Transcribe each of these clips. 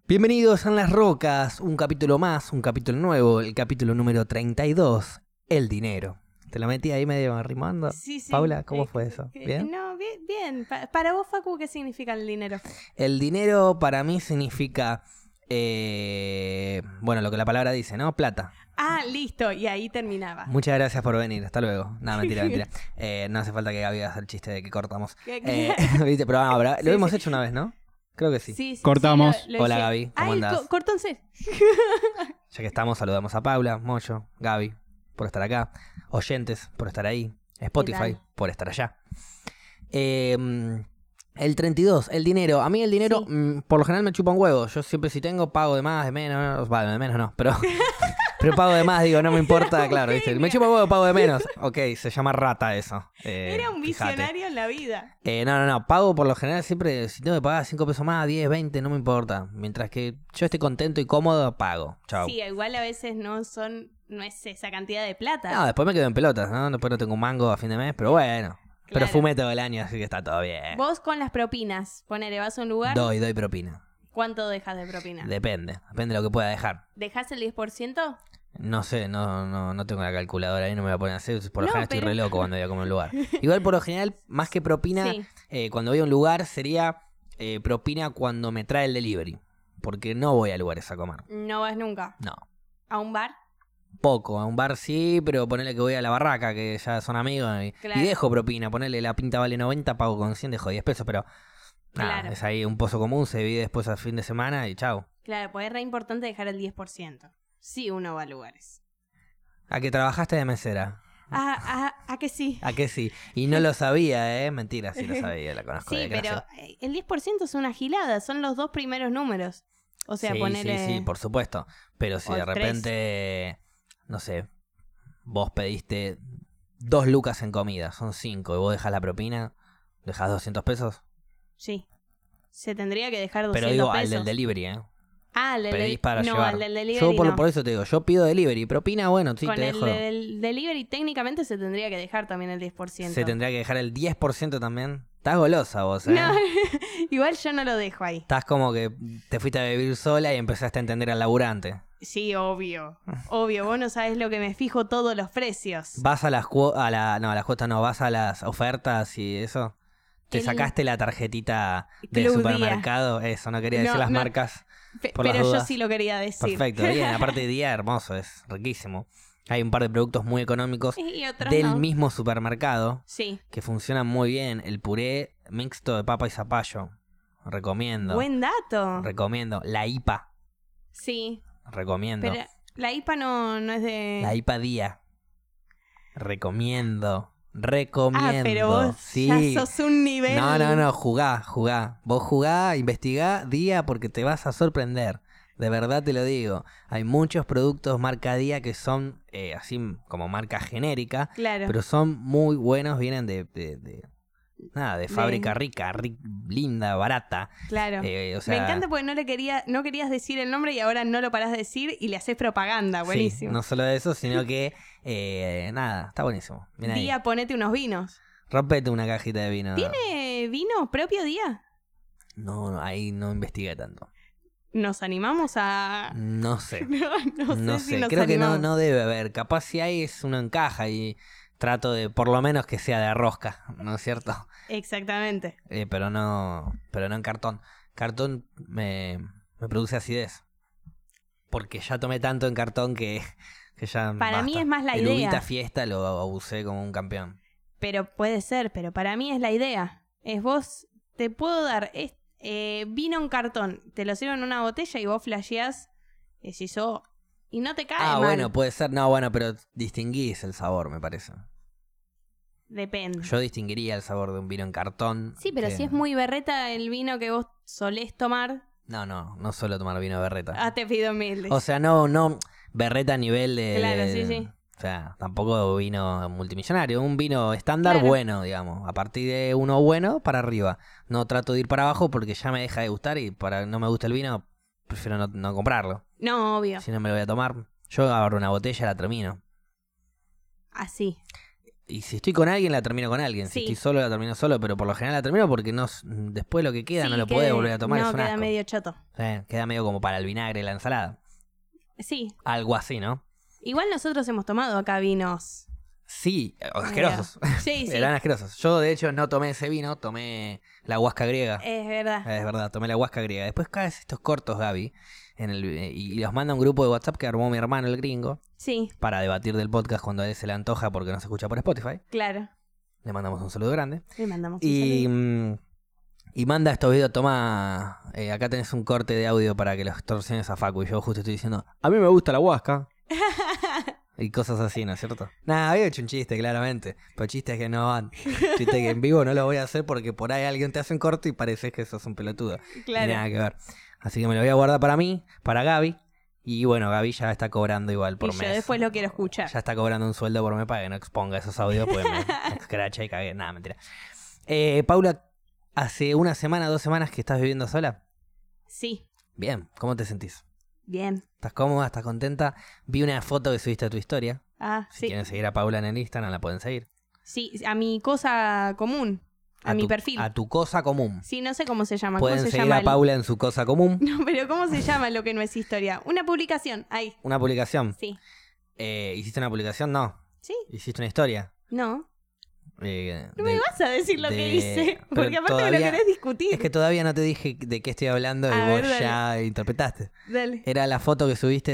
Bienvenidos a Las Rocas, un capítulo más, un capítulo nuevo, el capítulo número 32, el dinero. ¿Te lo metí ahí medio arrimando? Sí. Paula, ¿cómo fue eso? ¿Bien? No, bien. Para vos, Facu, ¿qué significa el dinero? El dinero para mí significa, bueno, lo que la palabra dice, ¿no? Plata. Ah, listo, y ahí terminaba. Muchas gracias por venir, hasta luego. No, mentira. No hace falta que Gaby haga el chiste de que cortamos. ¿Viste? Pero vamos, lo Sí, hemos sí. hecho una vez, ¿no? Creo que sí. Sí, Cortamos. lo Hola, hice. Gaby, ¿cómo Ay, andás? cortónse. Ya que estamos, saludamos a Paula, Moyo, Gaby, por estar acá. Oyentes, por estar ahí. Spotify, tal? por estar allá. El 32, el dinero. A mí el dinero, Sí. por lo general me chupa un huevo. Yo siempre si tengo, pago de más, de menos. Vale, de menos no, pero... Pero pago de más, digo, no me importa, claro, ¿viste? Me chupa un huevo, pago de menos. Ok, se llama rata eso. Era un fíjate. visionario en la vida. No. Pago por lo general siempre, si tengo que pagar 5 pesos más, 10, 20, no me importa. Mientras que yo esté contento y cómodo, pago. Chao. Sí, igual a veces no es esa cantidad de plata. No, después me quedo en pelotas, ¿no? Después no tengo un mango a fin de mes, pero bueno. Pero Claro. fumé todo el año, así que está todo bien. Vos con las propinas, ponele, vas a un lugar, Doy propina. ¿cuánto dejas de propina? Depende de lo que pueda dejar. ¿Dejás el 10%? No sé, no tengo la calculadora ahí, no me voy a poner a hacer. Por lo No, general estoy pero- re loco cuando voy a comer un lugar. Igual por lo general, más que propina, Sí. cuando voy a un lugar sería propina cuando me trae el delivery. Porque no voy a lugares a comer. No vas nunca. No. ¿A un bar? Poco, a un bar sí, pero ponele que voy a la barraca, que ya son amigos, Claro. y dejo propina, ponele la pinta vale 90, pago con 100, dejo 10 pesos, pero nada, Claro. es ahí un pozo común, se divide después al fin de semana y chao. Claro, pues es re importante dejar el 10%. Si uno va a lugares. ¿A que trabajaste de mesera? ¿A que sí? ¿A que sí? Y no lo sabía, mentira, sí lo sabía, la conozco. Sí, de pero clase. el 10% es una gilada, son los dos primeros números. O sea, Sí, ponerle... sí, por supuesto, pero si O de el 3. repente, no sé, vos pediste 2 lucas en comida, son 5, y vos dejás la propina, dejás 200 pesos, Sí. Se tendría que dejar 200 pero digo pesos. al del delivery, Ah, al del pedís para no, llevar. al del delivery Yo no. por eso te digo, yo pido delivery. Propina, bueno, sí, Con te el dejo. del delivery técnicamente se tendría que dejar también el 10%. Se tendría que dejar el 10% también. Estás golosa vos, ¿eh? No, igual yo no lo dejo ahí. Estás como que te fuiste a vivir sola y empezaste a entender al laburante. Sí, obvio. Obvio, vos no sabés lo que me fijo todos los precios. Vas a las cuotas no, vas a las ofertas y eso. Te El sacaste la tarjetita del Club supermercado. Eso, no quería decir las marcas. Por las Pero yo dudas. sí lo quería decir. Perfecto, bien. Aparte de día, hermoso, es riquísimo. Hay un par de productos muy económicos Y otros del no. mismo supermercado Sí. que funcionan muy bien. El puré mixto de papa y zapallo. Recomiendo. Buen dato. Recomiendo. La IPA. Sí. Recomiendo. Pero la IPA no es de... La IPA Día. Recomiendo. Recomiendo. pero vos sí. ya sos un nivel... No, jugá. Vos jugá, investigá Día porque te vas a sorprender. De verdad te lo digo. Hay muchos productos marca Día que son así como marca genérica, Claro. pero son muy buenos, vienen de fábrica rica, linda, barata. Claro. O sea, Me encanta porque no querías decir el nombre y ahora no lo parás de decir y le haces propaganda. sí, Buenísimo. no solo eso, sino que está buenísimo. Bien ahí. Día, ponete unos vinos. Rompete una cajita de vino. ¿Tiene vino propio Día? No, ahí no investigué tanto. ¿Nos animamos a...? No sé. No sé si nos Creo que animamos. no debe haber. Capaz si hay es uno en caja y trato de por lo menos que sea de rosca, ¿no es cierto? Exactamente. Pero no en cartón. Cartón me produce acidez. Porque ya tomé tanto en cartón que ya Para mí basta. es más la El idea. Uvita Fiesta lo abusé como un campeón. Pero puede ser, pero para mí es la idea. Es vos, te puedo dar vino en cartón, te lo sirvo en una botella y vos flasheás, decís, y no te cae mal. Bueno, puede ser. No, bueno, pero distinguís el sabor, me parece. Depende. Yo distinguiría el sabor de un vino en cartón. Sí, pero que- si es muy berreta el vino que vos solés tomar, No suelo tomar vino berreta. te pido humilde. O sea, no berreta a nivel de... Claro, sí. O sea, tampoco vino multimillonario. Un vino estándar Claro. bueno, digamos. A partir de uno bueno para arriba. No trato de ir para abajo porque ya me deja de gustar y para no me gusta el vino, prefiero no comprarlo. No, obvio. Si no me lo voy a tomar, yo abro una botella y la termino. Así. Y si estoy con alguien, la termino con alguien. Si Sí. estoy solo, la termino solo. Pero por lo general la termino porque no, después lo que queda Sí, no lo podés volver a tomar. No, es un queda asco. medio choto. Sí, queda medio como para el vinagre y la ensalada. Sí. Algo así, ¿no? Igual nosotros hemos tomado acá vinos. Sí, asquerosos. Sí, sí. Eran asquerosos. Yo, de hecho, no tomé ese vino, tomé la huasca griega. Es verdad. Es verdad, tomé la huasca griega. Después caes estos cortos, Gaby, y los manda a un grupo de WhatsApp que armó mi hermano, el gringo, Sí, para debatir del podcast cuando a él se le antoja porque no se escucha por Spotify. claro. Le mandamos un saludo grande. Le mandamos un Y, saludo. y manda estos videos, toma, acá tenés un corte de audio para que los extorsiones a Facu. Y yo justo estoy diciendo, a mí me gusta la huasca. Y cosas así, ¿no es cierto? Nada, había hecho un chiste, claramente. Pero chistes que no van. Chistes que en vivo no los voy a hacer porque por ahí alguien te hace un corte y pareces que sos un pelotudo. Claro. Y nada que ver. Así que me lo voy a guardar para mí, para Gaby. Y bueno, Gaby ya está cobrando igual por Y mes. yo después lo quiero escuchar. Ya está cobrando un sueldo por mes para que no exponga esos audios porque me escracha y cagué. Nada, mentira. Paula, hace una semana, 2 semanas que estás viviendo sola. Sí, Bien, ¿cómo te sentís? bien. ¿Estás cómoda? ¿Estás contenta? Vi una foto que subiste a tu historia. Ah, Si sí. quieren seguir a Paula en el Instagram, la pueden seguir. Sí, a mi cosa común. A mi perfil. A tu cosa común. Sí, no sé cómo se llama. Pueden ¿Cómo se seguir llama a Paula en su cosa común. No, pero ¿cómo se llama lo que no es historia? Una publicación. Ahí. Una publicación. Sí. ¿Hiciste una publicación? No. ¿Sí? ¿Hiciste una historia? No. No De- me vas a decir lo que de- hice. pero Porque aparte me lo todavía- querés discutir. Es que todavía no te dije de qué estoy hablando y A vos ver, dale. ya interpretaste. Dale. Era la foto que subiste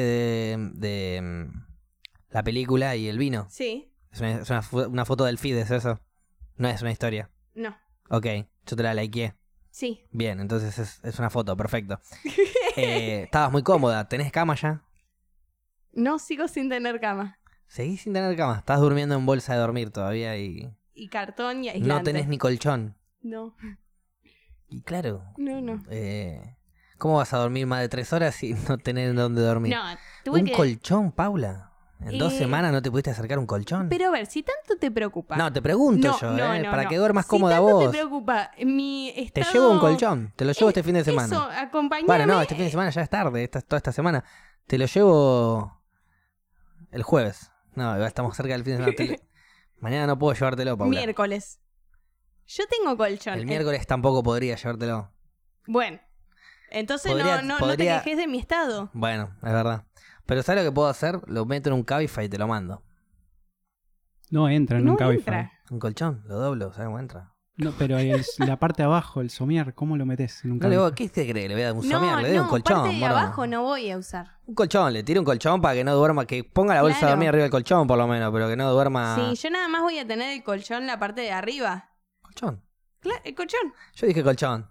de la película y el vino. Sí. Es una foto del feed, ¿es eso? No es una historia. No. Ok, yo te la likeé. Sí. Bien, entonces es una foto, perfecto. Estabas muy cómoda, ¿tenés cama ya? No sigo sin tener cama. Seguís sin tener cama, estás durmiendo en bolsa de dormir todavía y Y cartón y aislante. no tenés ni colchón. No. Y claro, No. ¿cómo vas a dormir más de 3 horas si no tenés dónde dormir? No, tuve ¿Un que... colchón, Paula? ¿En 2 Eh, semanas no te pudiste acercar un colchón? Pero a ver, si tanto te preocupa. No, te pregunto No, yo, no, para no. que duermas Si cómoda tanto vos. te preocupa mi Te estado... llevo un colchón, te lo llevo este fin de semana. Eso, acompañame. Bueno, no, este fin de semana ya es tarde, toda esta semana. Te lo llevo el jueves. No, igual estamos cerca del fin de semana. Mañana no puedo llevártelo, Paula. Miércoles. Yo tengo colchón. El miércoles tampoco podría llevártelo. Bueno. Entonces Podría- no te podría- quejes de mi estado. Bueno, es verdad. Pero ¿sabes lo que puedo hacer? Lo meto en un Cabify y te lo mando. No entra en No un Cabify. entra. Un colchón, lo doblo, ¿sabes cómo entra? No, pero la parte de abajo, el somier, ¿cómo lo metes en un No le Cabify? voy, ¿qué te cree? Le voy a dar un No, somier, le doy un colchón. parte de moro. abajo no voy a usar. Un colchón, le tiro un colchón para que no duerma, que ponga la bolsa de Claro. dormir arriba del colchón por lo menos, pero que no duerma. Sí, yo nada más voy a tener el colchón en la parte de arriba. Colchón. Claro, el colchón. Yo dije colchón.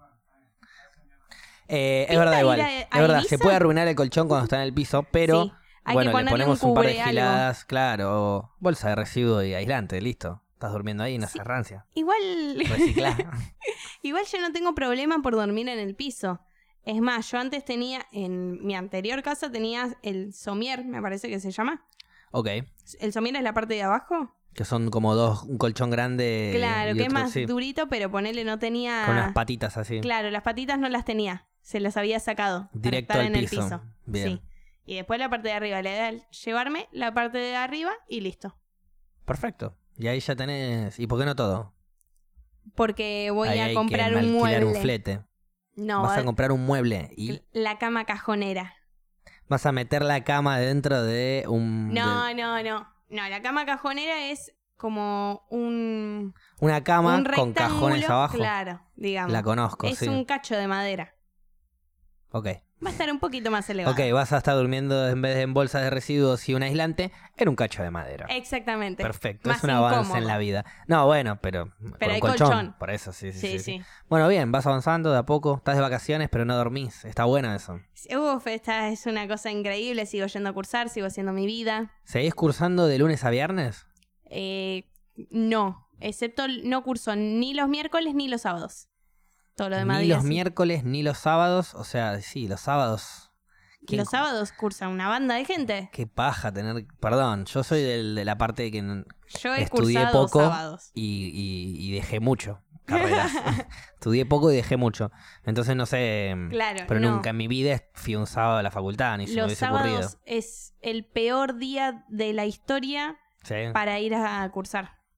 Es ¿Pinta verdad ir igual. a Es verdad, Ibiza? se puede arruinar el colchón cuando está en el piso, pero Sí, hay bueno, que le ponerle ponemos un un par de cubre algo. giladas, claro, bolsa de residuo y aislante, listo. Estás durmiendo ahí, no Sí. seas rancia. Igual, Reciclá. igual yo no tengo problema por dormir en el piso. Es más, yo antes tenía, en mi anterior casa tenía el somier, me parece que se llama. Ok, ¿El somier es la parte de abajo? que son como un colchón grande. Claro, y que es otro, más sí, durito, pero ponele no tenía... con unas patitas así. Claro, las patitas no las tenía. Se las había sacado. para Directo estar al en el piso. Bien. Sí. Y después la parte de arriba. La idea es llevarme la parte de arriba y listo. Perfecto. Y ahí ya tenés. ¿Y por qué no todo? Porque voy Ahí a hay comprar que un alquilar mueble. un flete. No, Vas a comprar un mueble y la cama cajonera. vas a meter la cama dentro de un... No, la cama cajonera es como una cama un con cajones rectángulo, abajo. claro, digamos. La conozco, es sí. un cacho de madera. Ok. Va a estar un poquito más elevado. Ok, vas a estar durmiendo en vez de en bolsas de residuos y un aislante, en un cacho de madera. Exactamente. Perfecto, Más es un avance incómodo. en la vida. No, bueno, pero con hay un colchón. colchón. Por eso, sí. Sí. Bueno, bien, vas avanzando de a poco. Estás de vacaciones, pero no dormís. Está bueno eso. Uf, esta es una cosa increíble. Sigo yendo a cursar, sigo haciendo mi vida. ¿Seguís cursando de lunes a viernes? No, excepto no curso ni los miércoles ni los sábados. Todo lo demás Ni días los sí. miércoles, ni los sábados. O sea, sí, los sábados. ¿Quién Los sábados cursa una banda de gente. Qué paja tener... Perdón, yo soy de la parte que Yo he estudié cursado poco sábados. y dejé mucho carreras. Estudié poco y dejé mucho. Entonces no sé... Claro, Pero no. nunca en mi vida fui un sábado a la facultad, ni se me Los hubiese sábados ocurrido. es el peor día de la historia Sí. para ir a cursar.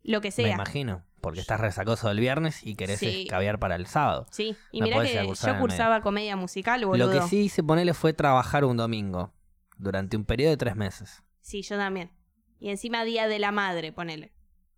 lo que Me sea. imagino. Porque estás resacoso del viernes y querés Sí. escabiar para el sábado. Sí, y No mirá podés ir que a cursar en yo el cursaba comedia musical, boludo. Lo que sí hice ponerle fue trabajar un domingo. Durante un periodo de 3 meses. Sí, yo también. Y encima Día de la Madre, ponele.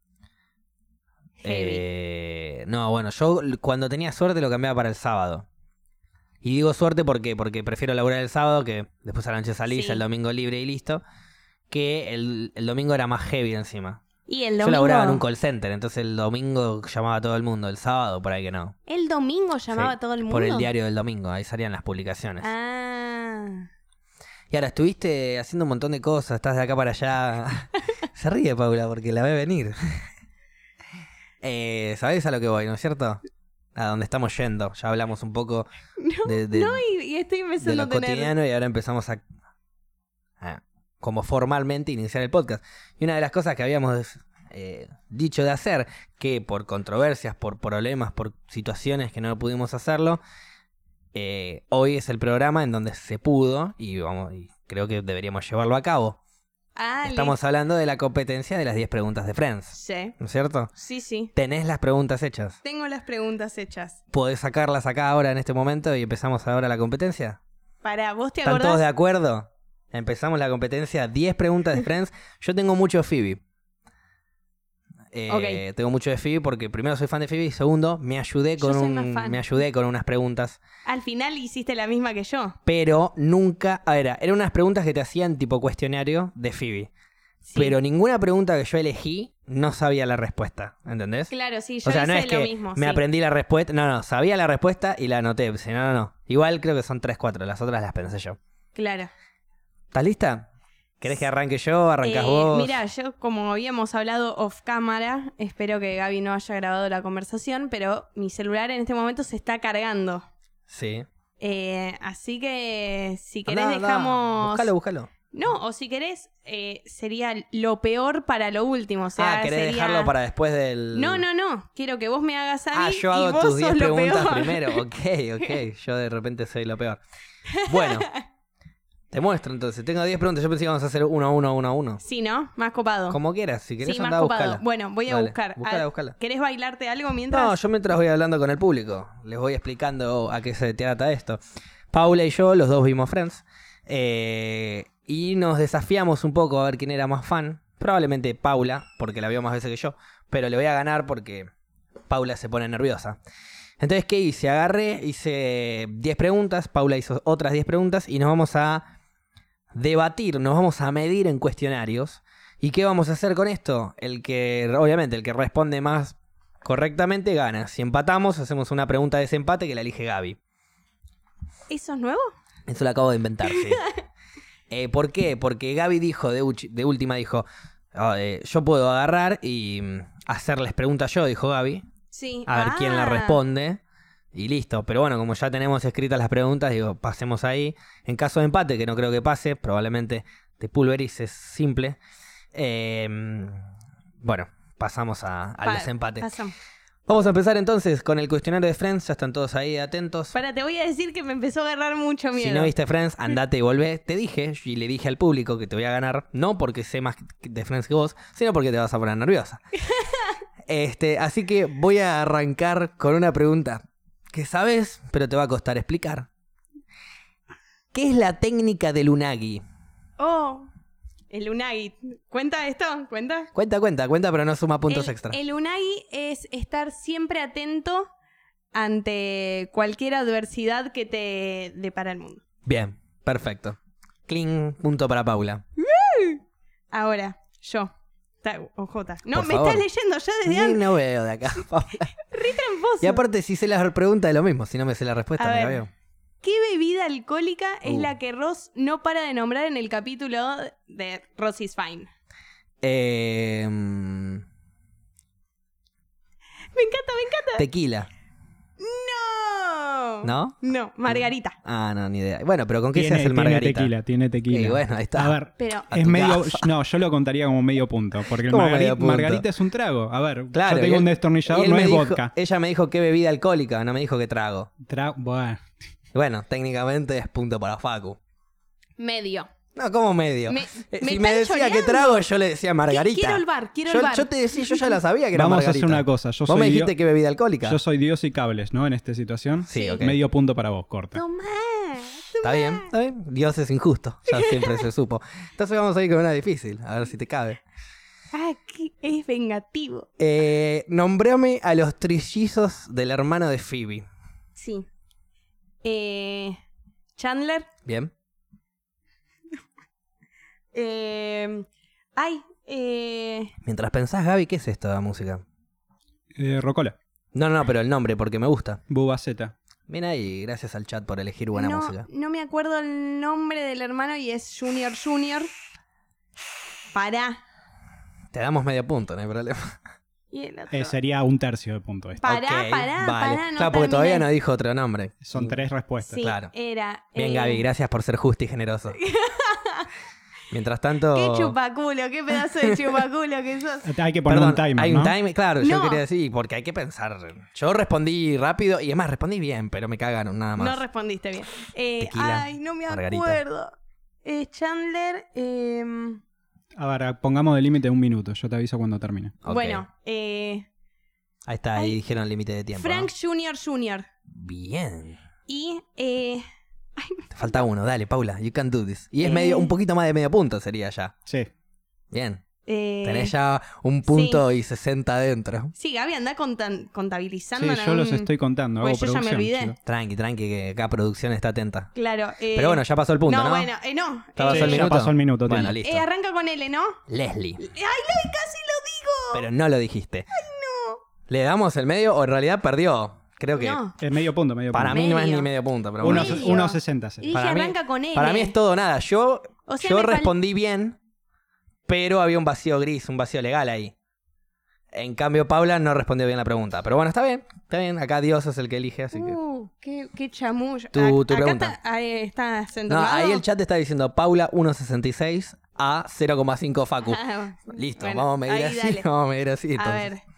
Heavy. No, bueno, yo cuando tenía suerte lo cambiaba para el sábado. Y digo suerte porque prefiero laburar el sábado, que después a la noche salís, Sí. el domingo libre y listo. Que el domingo era más heavy encima. Y el Yo domingo... laburaba en un call center, entonces el domingo llamaba a todo el mundo. El sábado, por ahí que no. ¿El domingo llamaba Sí, a todo el mundo? Por el diario del domingo, ahí salían las publicaciones. Ah. Y ahora estuviste haciendo un montón de cosas, estás de acá para allá. Se ríe Paula porque la ve venir. ¿Sabés a lo que voy, no es cierto? A dónde estamos yendo. Ya hablamos un poco de Y estoy de empezando lo a tener... cotidiano y ahora empezamos a como formalmente iniciar el podcast. Y una de las cosas que habíamos dicho de hacer, que por controversias, por problemas, por situaciones que no pudimos hacerlo, hoy es el programa en donde se pudo y creo que deberíamos llevarlo a cabo. Ah, Estamos hablando de la competencia de las 10 preguntas de Friends, Sí, ¿no es cierto? sí. Tenés las preguntas hechas. Tengo las preguntas hechas. ¿Podés sacarlas acá ahora en este momento y empezamos ahora la competencia? Para, ¿vos te ¿Están todos de acordás? acuerdo? Empezamos la competencia, 10 preguntas de Friends. Yo tengo mucho de Phoebe. Ok. Tengo mucho de Phoebe porque primero soy fan de Phoebe y segundo me ayudé Yo soy más fan. con unas preguntas. Al final hiciste la misma que yo. Pero nunca... eran unas preguntas que te hacían tipo cuestionario de Phoebe. Sí. Pero ninguna pregunta que yo elegí no sabía la respuesta. ¿Entendés? Claro, sí, yo O sea, no hice es lo que mismo. me sí. aprendí la respuesta. No, sabía la respuesta y la anoté. Si no. Igual creo que son 3, 4. Las otras las pensé yo. Claro. ¿Estás lista? ¿Querés que arranque yo? ¿Arrancás vos? Mira, yo como habíamos hablado off cámara, espero que Gaby no haya grabado la conversación, pero mi celular en este momento se está cargando. Sí. Así que si querés Andá, dejamos... Búscalo. No, o si querés, sería lo peor para lo último. O sea, ¿querés sería... dejarlo para después del...? No. Quiero que vos me hagas a mí yo y hago vos tus 10 sos lo preguntas peor. primero. Ok. Yo de repente soy lo peor. Bueno, te muestro entonces. Tengo 10 preguntas. Yo pensé que íbamos a hacer 1. Sí, ¿no? Más copado. Como quieras. Si querés Sí, más andá a copado. buscarla. Bueno, voy a Dale, buscar. Búscala. ¿Querés bailarte algo mientras? No, yo mientras voy hablando con el público. Les voy explicando a qué se trata esto. Paula y yo, los dos vimos Friends. Y nos desafiamos un poco a ver quién era más fan. Probablemente Paula, porque la vio más veces que yo. Pero le voy a ganar porque Paula se pone nerviosa. Entonces, ¿qué hice? Hice 10 preguntas. Paula hizo otras 10 preguntas. Y nos vamos a debatir, nos vamos a medir en cuestionarios. ¿Y qué vamos a hacer con esto? Obviamente, el que responde más correctamente gana. Si empatamos, hacemos una pregunta de desempate que la elige Gaby. ¿Eso es nuevo? Eso lo acabo de inventar, sí. ¿Por qué? Porque Gaby dijo, de última dijo, yo puedo agarrar y hacerles preguntas yo, dijo Gaby. Sí. A ver quién la responde. Y listo. Pero bueno, como ya tenemos escritas las preguntas, digo, pasemos ahí. En caso de empate, que no creo que pase, probablemente te pulverices simple. Bueno, pasamos al desempate. Pasamos. Vamos a empezar entonces con el cuestionario de Friends. Ya están todos ahí atentos. Te voy a decir que me empezó a agarrar mucho miedo. Si no viste Friends, andate y volvé. Te dije, y le dije al público que te voy a ganar, no porque sé más de Friends que vos, sino porque te vas a poner nerviosa. Así que voy a arrancar con una pregunta que sabes, pero te va a costar explicar. ¿Qué es la técnica del unagi? Oh, el unagi. ¿Cuenta esto? ¿Cuenta? Cuenta, pero no suma puntos extra. El unagi es estar siempre atento ante cualquier adversidad que te depara el mundo. Bien, perfecto. Cling, punto para Paula. Ahora, yo. OJ. No, Por me favor. estás leyendo ya desde Ni antes. no veo de acá, Paula. Re tramposo. Y aparte, si sé la pregunta es lo mismo. Si no me sé la respuesta, A me la ver. veo. ¿Qué bebida alcohólica es la que Ross no para de nombrar en el capítulo de Ross is Fine? Me Me encanta. Tequila. ¡No! ¿No? No, Margarita. Ah, no, ni idea. Bueno, pero ¿con qué se hace el margarita? Tiene tequila. Y bueno, ahí está. A ver, Pero A es tu medio... casa. No, yo lo contaría como medio punto. Porque el ¿Cómo medio punto? margarita es un trago. A ver, Claro, yo tengo y un él- destornillador, y él no me es dijo- vodka. Ella me dijo qué bebida alcohólica, no me dijo qué trago. Bueno, Y bueno, técnicamente es punto para Facu. medio. No, como medio. Me Si me están decía que choreando. trago, yo le decía margarita. Quiero el bar, quiero el bar. Yo te decía, yo ya la sabía que era Vamos a margarita. hacer una cosa. Yo Vos me soy, dijiste que bebida alcohólica. yo soy Dios y cables, ¿no? En esta situación. Sí, ok. Medio punto para vos, corta. Tomá. Está bien, está bien. Dios es injusto. Ya siempre se supo. Entonces vamos a ir con una difícil. A ver si te cabe. Ah, que es vengativo. Nombrame a los trillizos del hermano de Phoebe. Sí. Chandler. Bien. Mientras pensás, Gaby, ¿qué es esto de la música? Rocola. No, pero el nombre, porque me gusta. Bubaceta. Mira ahí, gracias al chat por elegir buena música. No me acuerdo el nombre del hermano y es Junior Junior. Pará. Te damos medio punto, no hay problema. Y el otro. Sería un tercio de punto este. Pará, Ok, pará, vale. pará. No claro, porque todavía terminé. no dijo otro nombre. Son 3 respuestas. Sí, claro. era. Bien, Gaby, gracias por ser justo y generoso. Mientras tanto... Qué chupaculo, qué pedazo de chupaculo que sos. Hay que poner Perdón, un timer, hay ¿no? un timer, claro, yo No. quería decir, porque hay que pensar. Yo respondí rápido y es más, respondí bien, pero me cagaron nada más. No respondiste bien. Tequila, Ay, no me margarita. acuerdo. Chandler. A ver, pongamos de límite 1 minuto. Yo te aviso cuando termine. Ok. Bueno, Ahí está, ahí dijeron límite de tiempo. Frank ¿no? Jr. Jr. Bien. Y. Te falta uno, dale, Paula, you can do this. Y es medio, un poquito más de medio punto sería ya. Sí. Bien. Tenés ya un punto y 60 adentro. Sí, Gaby, anda contabilizando. Sí, en yo los algún- estoy contando. Hago Pues yo ya me producción, olvidé. chicos. Tranqui, que acá producción está atenta. Claro. Pero bueno, ya pasó el punto, ¿no? bueno, no. ¿Ya pasó el Sí, minuto? ya pasó el minuto. Bueno, tiempo. listo. Arranca con L, ¿no? Leslie. ¡Ay, casi lo digo! Pero no lo dijiste. ¡Ay, no! ¿Le damos el medio o en realidad perdió? Creo que No. Medio punto, medio para punto. mí no es Medio. ni medio punto, pero bueno. 1.60. Y dije, Para mí- arranca con L. Para mí es todo o nada. Yo O sea, me respondí bien, pero había un vacío gris, un vacío legal ahí. En cambio, Paula no respondió bien la pregunta. Pero bueno, está bien. Acá Dios es el que elige, así que... Qué chamullo. Tu Acá pregunta. ¿Estás No, entonado? ahí el chat está diciendo Paula 1.66 a 0.5 Facu. Ah, Listo, bueno, vamos a medir ahí así. dale. Vamos a medir así. A entonces. ver.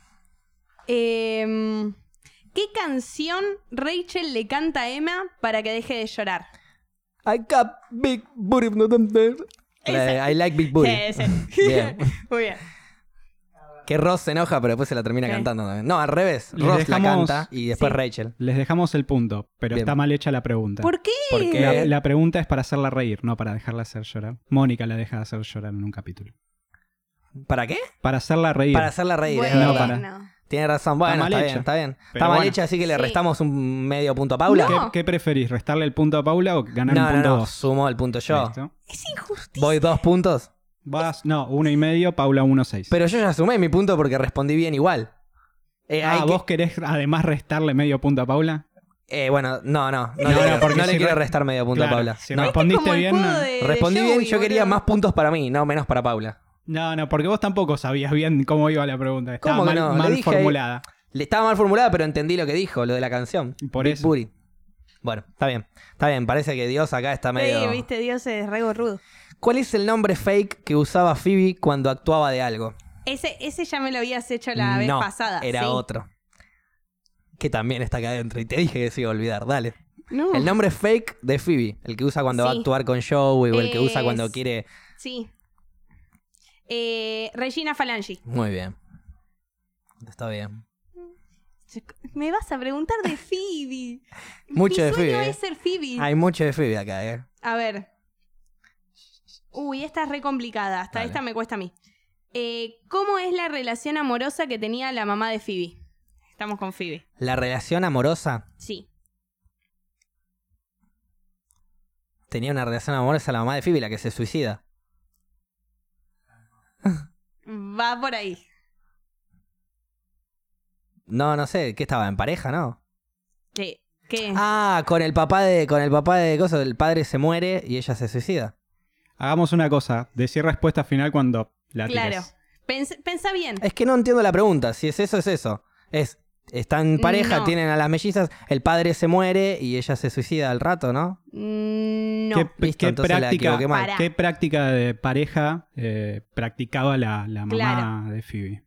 ¿Qué canción Rachel le canta a Emma para que deje de llorar? I got big booty. I like big booty. Ese. Bien. Muy bien. Que Ross se enoja, pero después se la termina ¿Qué? cantando también. No, al revés. Les Ross la dejamos- canta y después Sí. Rachel. Les dejamos el punto, pero Bien. está mal hecha la pregunta. ¿Por qué? Porque La pregunta es para hacerla reír, no para dejarla hacer llorar. Mónica la deja de hacer llorar en un capítulo. ¿Para qué? Para hacerla reír. Para hacerla reír, es Bueno, verdad. Tiene razón. Bueno, mal está hecha. bien, está bien. Pero Está mal bueno. hecha, así que le Sí. restamos un medio punto a Paula. No. ¿Qué preferís? ¿Restarle el punto a Paula o ganar un No, punto no, vos? sumo el punto yo. ¿Listo? Es injusticia. Voy 2 puntos. Vas, no, 1,5, Paula 1,6. Pero yo ya sumé mi punto porque respondí bien igual. Hay ¿Vos querés además restarle medio punto a Paula? bueno, no porque no le si quiero re- restar medio punto Claro, a Paula. si No. respondiste Como el bien. juego No. de Respondí Joey, bien, yo quería boludo. más puntos para mí, no menos para Paula. No, porque vos tampoco sabías bien cómo iba la pregunta. Estaba ¿Cómo que mal, no? Le mal dije ahí- formulada. Le estaba mal formulada, pero entendí lo que dijo, lo de la canción. Por Big eso. Booty. Bueno, está bien. Está bien, parece que Dios acá está medio... Sí, viste, Dios es re gorrudo. ¿Cuál es el nombre fake que usaba Phoebe cuando actuaba de algo? Ese ya me lo habías hecho la vez No, pasada. era sí. otro. Que también está acá adentro. Y te dije que se iba a olvidar, dale. No. El nombre fake de Phoebe. El que usa cuando va a Sí. actuar con Joey o el que usa cuando Es- quiere... Sí. Regina Falangi. Muy bien. Está bien. Me vas a preguntar de Phoebe. Mucho Mi de sueño Phoebe, es ser Phoebe. Hay mucho de Phoebe acá, ¿eh? A ver. Uy, esta es re complicada. Hasta Dale. esta me cuesta a mí. ¿Cómo es la relación amorosa que tenía la mamá de Phoebe? Estamos con Phoebe. La relación amorosa. Sí. Tenía una relación amorosa la mamá de Phoebe, la que se suicida. Va por ahí. No sé, ¿qué estaba? ¿En pareja, no? Sí. ¿Qué? Ah, con el papá de cosas, el padre se muere y ella se suicida. Hagamos una cosa. Decir respuesta final cuando la tires. Claro. Pensa bien. Es que no entiendo la pregunta. Si es eso, es eso. Están en pareja, No. tienen a las mellizas, el padre se muere y ella se suicida al rato, ¿no? No. Listo, entonces la equivoqué mal. Pará. ¿Qué práctica de pareja practicaba la mamá Claro. de Phoebe?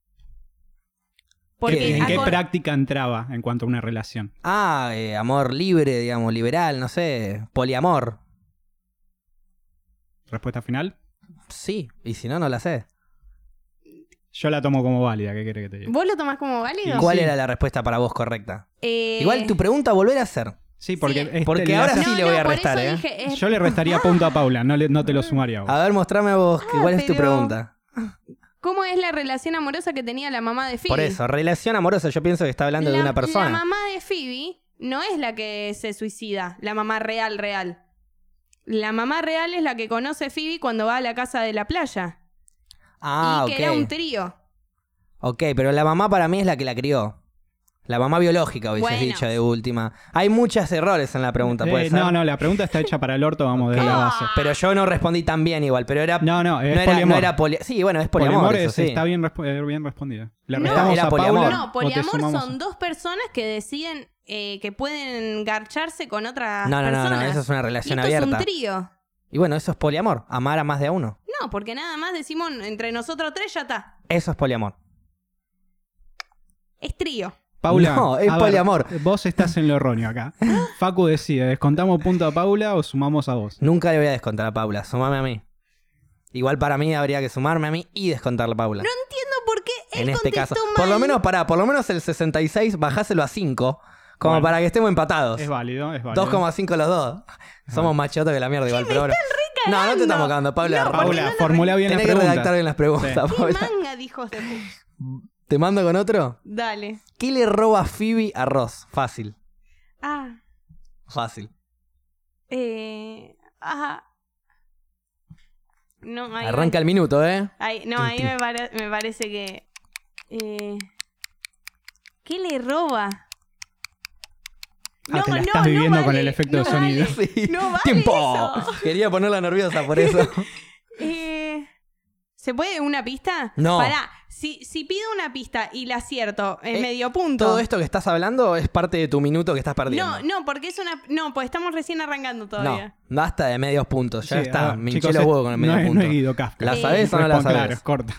Porque ¿En qué acor- práctica entraba en cuanto a una relación? Amor libre, digamos, liberal, no sé, poliamor. ¿Respuesta final? Sí, y si no, no la sé. Yo la tomo como válida, ¿qué querés que te diga? ¿Vos lo tomás como válido? ¿Cuál Sí. era la respuesta para vos correcta? Eh, Igual tu pregunta volver a hacer. Sí, porque... Sí. Porque ahora la- sí le voy a por restar, eso ¿eh? dije, Yo le restaría punto a Paula, no te lo sumaría a vos. A ver, mostrame vos cuál es tu pero- pregunta. ¿Cómo es la relación amorosa que tenía la mamá de Phoebe? Por eso, relación amorosa, yo pienso que está hablando de una persona. La mamá de Phoebe no es la que se suicida, la mamá real. La mamá real es la que conoce Phoebe cuando va a la casa de la playa. Ah, y ok. que era un trío. Ok, pero la mamá para mí es la que la crió. La mamá biológica, hubieses Bueno. dicho de última. Hay muchos errores en la pregunta, ¿puede ser? No, la pregunta está hecha para el orto, vamos desde la base. Pero yo no respondí tan bien igual, pero era... No, es no poliamor. era sí, bueno, es poliamor, eso sí. está bien, bien respondida. ¿Le No. restamos Era a poliamor. Paula No, o te poliamor sumamos? son dos personas que deciden que pueden garcharse con otras No, personas. eso es una Y relación esto abierta. es un trío. Y bueno, eso es poliamor, amar a más de a uno. No, porque nada más decimos entre nosotros tres ya está. Eso es poliamor. Es trío. Paula, No, es a ver, poliamor. Vos estás en lo erróneo acá. Facu decide, ¿descontamos punto a Paula o sumamos a vos? Nunca le voy a descontar a Paula, sumame a mí. Igual para mí habría que sumarme a mí y descontarle a Paula. No entiendo por qué él en este caso. contestó Por lo mal. menos, por lo menos el 66, bajáselo a 5. Como Bueno. para que estemos empatados. Es válido. 2,5 los dos. Somos más chotos que la mierda igual, pero bueno. No, no te estamos cagando, Paula. No, Paula, no la formula bien Tenés la que pregunta. redactar bien las preguntas, Sí. ¿Qué Paula. manga, dijo de puta? ¿Te mando con otro? Dale. ¿Qué le roba Phoebe a Ross? Fácil. Ah. Fácil. Ajá. No, ahí Arranca el minuto, ¿eh? ahí me parece que... ¿Qué le roba? Ah, te la estás viviendo con el efecto de sonido. Vale. Sí. No vale ¡Tiempo! eso. Quería ponerla nerviosa por eso. ¿Se puede una pista? No. Pará, si pido una pista y la acierto en medio punto... ¿Todo esto que estás hablando es parte de tu minuto que estás perdiendo? No, porque es una... No, pues estamos recién arrancando todavía. No, basta de medios puntos. Ya Sí, está. a ver, Me hinché chicos, los huevos con el medio no punto. es Guido Kafka. ¿La sabés o no la Respon- sabés? Claro, corta.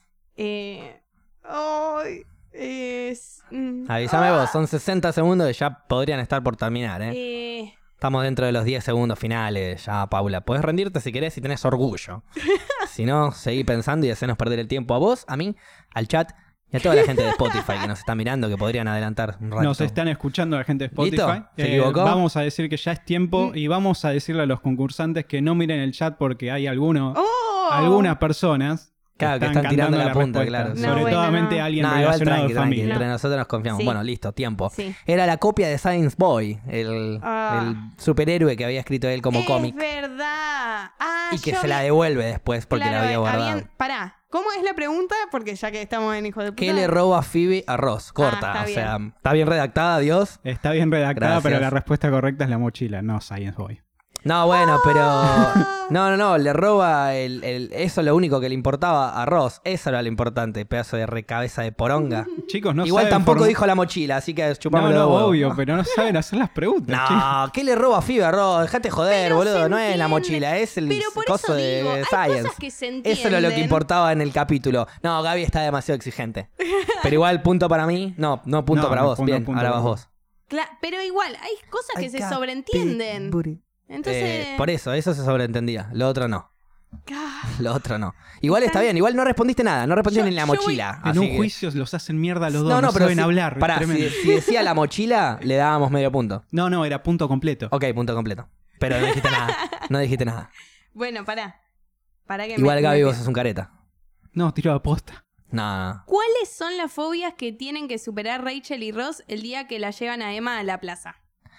Avísame vos, son 60 segundos y ya podrían estar por terminar, ¿eh? Estamos dentro de los 10 segundos finales ya, Paula. Podés rendirte si querés, si tenés orgullo. Si no, seguí pensando y hacernos perder el tiempo a vos, a mí, al chat y a toda la gente de Spotify que nos está mirando, que podrían adelantar un rato. Nos están escuchando la gente de Spotify. ¿Listo? ¿Se equivocó? Vamos a decir que ya es tiempo y vamos a decirle a los concursantes que no miren el chat porque hay algunas personas Claro, que están tirando la punta, respuesta. claro. No, Sobre bueno, todo no. alguien No, igual relacionado tranqui, de tranqui, familia. entre nosotros nos confiamos. Sí. Bueno, listo, tiempo. Sí. Era la copia de Science Boy, el superhéroe que había escrito él como cómic. Es verdad. Y que se la devuelve después porque la había guardado. Pará, ¿cómo es la pregunta? Porque ya que estamos en Hijo de Puta... ¿Qué le roba Phoebe a Ross? Corta, está o sea, bien. está bien redactada, Dios. Está bien redactada, Gracias. pero la respuesta correcta es la mochila, no Science Boy. No, bueno, pero... No, le roba eso es lo único que le importaba a Ross. Eso era lo importante, pedazo de recabeza de poronga. Chicos, no Igual saben tampoco dijo la mochila, así que No, chupámoslo de huevo. obvio, pero no saben hacer las preguntas, chicos. No, ¿qué le roba a Phoebe a Ross? Dejate joder, Pero boludo. se No es la entiende. mochila, es el Pero por coso eso digo, de hay Science. cosas que se entienden. Eso era lo que importaba en el capítulo. No, Gaby está demasiado exigente. Pero igual, punto para mí. No, punto No, para no, vos. punto, Bien, punto ahora para vas vos. vos. Pero igual, hay cosas que I se got sobreentienden. big booty. Entonces... Por eso se sobreentendía. Lo otro no. Ah, Lo otro no. Igual está bien, igual no respondiste nada. No respondiste ni la yo voy- mochila. En así un que- juicio los hacen mierda a los dos, No, no, pero saben si, hablar. Pará, tremendo. si decía la mochila, le dábamos medio punto. No, era punto completo. Ok, punto completo. Pero no dijiste nada. No dijiste nada. Bueno, pará. Pará que Igual me Gaby, vos pierdo. sos un careta. No, tiro a posta. No. ¿Cuáles son las fobias que tienen que superar Rachel y Ross el día que la llevan a Emma a la plaza?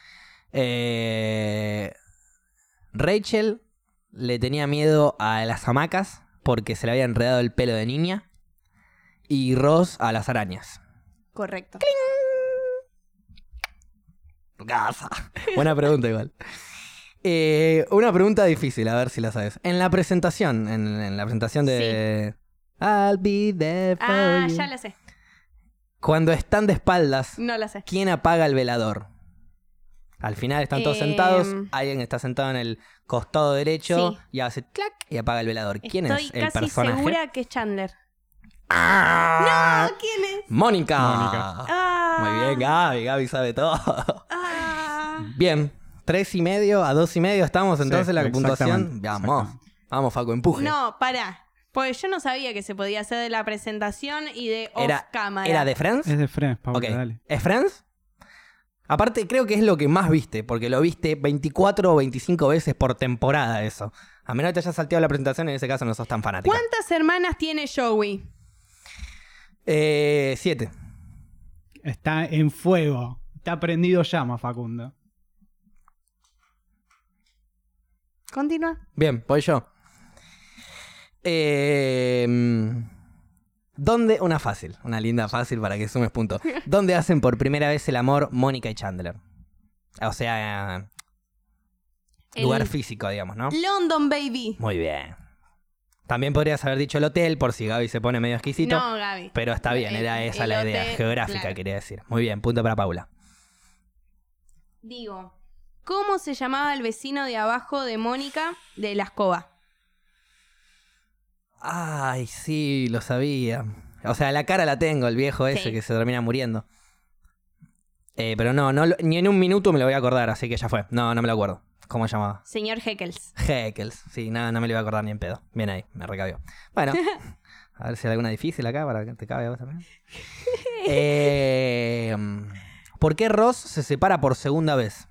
Rachel le tenía miedo a las hamacas porque se le había enredado el pelo de niña. Y Ross a las arañas. Correcto. Tu casa. Buena pregunta igual. Una pregunta difícil, a ver si la sabes. En la presentación, en la presentación de I'll be there for Ah, you. ya la sé. Cuando están de espaldas, No la sé. ¿quién apaga el velador? Al final están todos sentados, alguien está sentado en el costado derecho Sí. y hace clac y apaga el velador. ¿Quién Estoy es el casi personaje? segura que es Chandler. ¡Ah! No, ¿quién es? ¡Mónica! Ah. Muy bien, Gaby sabe todo. Ah. Bien, 3,5 a 2,5 estamos entonces Sí, la puntuación. exactamente, Vamos. exactamente. Vamos, Facu, empuje. No, pará. Porque yo no sabía que se podía hacer de la presentación y de off-cámara. ¿Era de Friends? Es de Friends, Paula, Ok. dale. ¿Es Friends? Aparte, creo que es lo que más viste, porque lo viste 24 o 25 veces por temporada eso. A menos que te hayas salteado la presentación, en ese caso no sos tan fanática. ¿Cuántas hermanas tiene Joey? 7. Está en fuego. Está prendido llama, Facundo. Continúa. Bien, voy yo. ¿Dónde? Una fácil, una linda fácil para que sumes puntos. ¿Dónde hacen por primera vez el amor Mónica y Chandler? O sea, lugar físico, digamos, ¿no? London, baby. Muy bien. También podrías haber dicho el hotel por si Gaby se pone medio exquisito. No, Gaby. Pero está bien, era esa el la idea hotel, geográfica, claro. quería decir. Muy bien, punto para Paula. Digo, ¿cómo se llamaba el vecino de abajo de Mónica de la escoba? Ay, sí, lo sabía. O sea, la cara la tengo, el viejo ese Sí. que se termina muriendo. Pero no, ni en un minuto me lo voy a acordar, así que ya fue. No me lo acuerdo. ¿Cómo se llamaba? Señor Heckles. Heckles. Sí, no me lo iba a acordar ni en pedo. Bien ahí, me recabió. Bueno, a ver si hay alguna difícil acá para que te cabe a vos también. ¿Por qué Ross se separa por segunda vez?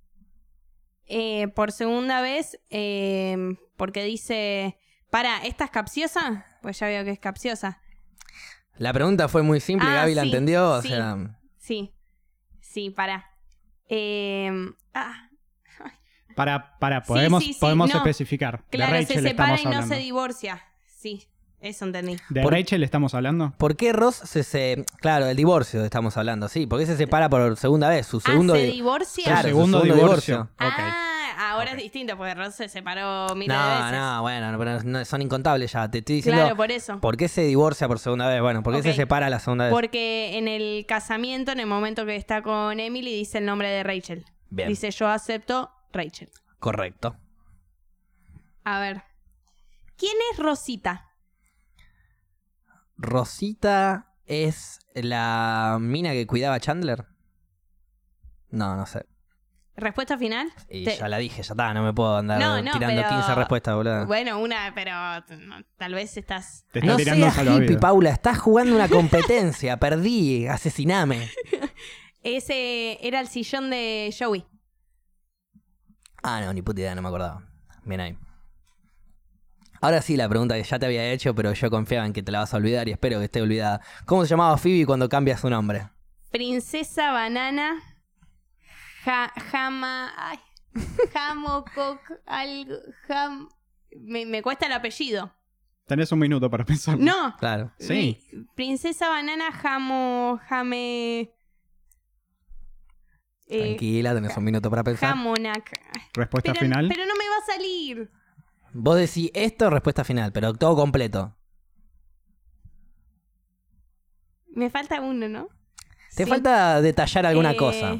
Por segunda vez, porque dice... Para, ¿esta es capciosa? Pues ya veo que es capciosa. La pregunta fue muy simple, Gaby la sí, entendió. O sí, sea, sí, para. Podemos sí, podemos no. especificar. Claro, de se Rachel separa estamos y no hablando. se divorcia. Sí, eso entendí. ¿De Por- Rachel estamos hablando? ¿por qué Ross se... Claro, el divorcio estamos hablando, sí. ¿Por qué se separa por segunda vez? Su segundo... ¿se divorcia? Claro, Su segundo su divorcio. divorcio. Ok. Ahora Ok. es distinto, porque Ross se separó miles de veces. No, bueno, pero son incontables ya. Te estoy diciendo... Claro, por eso. ¿Por qué se divorcia por segunda vez? Bueno, ¿por qué se Ok. separa la segunda vez? Porque en el casamiento, en el momento que está con Emily, dice el nombre de Rachel. Bien. Dice, yo acepto Rachel. Correcto. A ver. ¿Quién es Rosita? ¿Rosita es la mina que cuidaba a Chandler? No sé. ¿Respuesta final? Y Te- ya la dije, ya está, no me puedo andar No, tirando pero- 15 respuestas, boludo. Bueno, una, pero tal vez estás... Te está No tirando seas salvavidas. hippie, Paula, estás jugando una competencia, perdí, asesiname. Ese era el sillón de Joey. Ah, no, ni puta idea, no me acordaba. Bien ahí. Ahora sí, la pregunta que ya te había hecho, pero yo confiaba en que te la vas a olvidar y espero que esté olvidada. ¿Cómo se llamaba Phoebe cuando cambia su nombre? Princesa Banana. Jamococ. Algo. Me cuesta el apellido. Tenés un minuto para pensar. No. Claro. Sí. Princesa Banana Jame. Tranquila, tenés un minuto para pensar. Jamonac. Respuesta final. Pero no me va a salir. Vos decís esto, respuesta final, pero todo completo. Me falta uno, ¿no? Te Sí. falta detallar alguna cosa.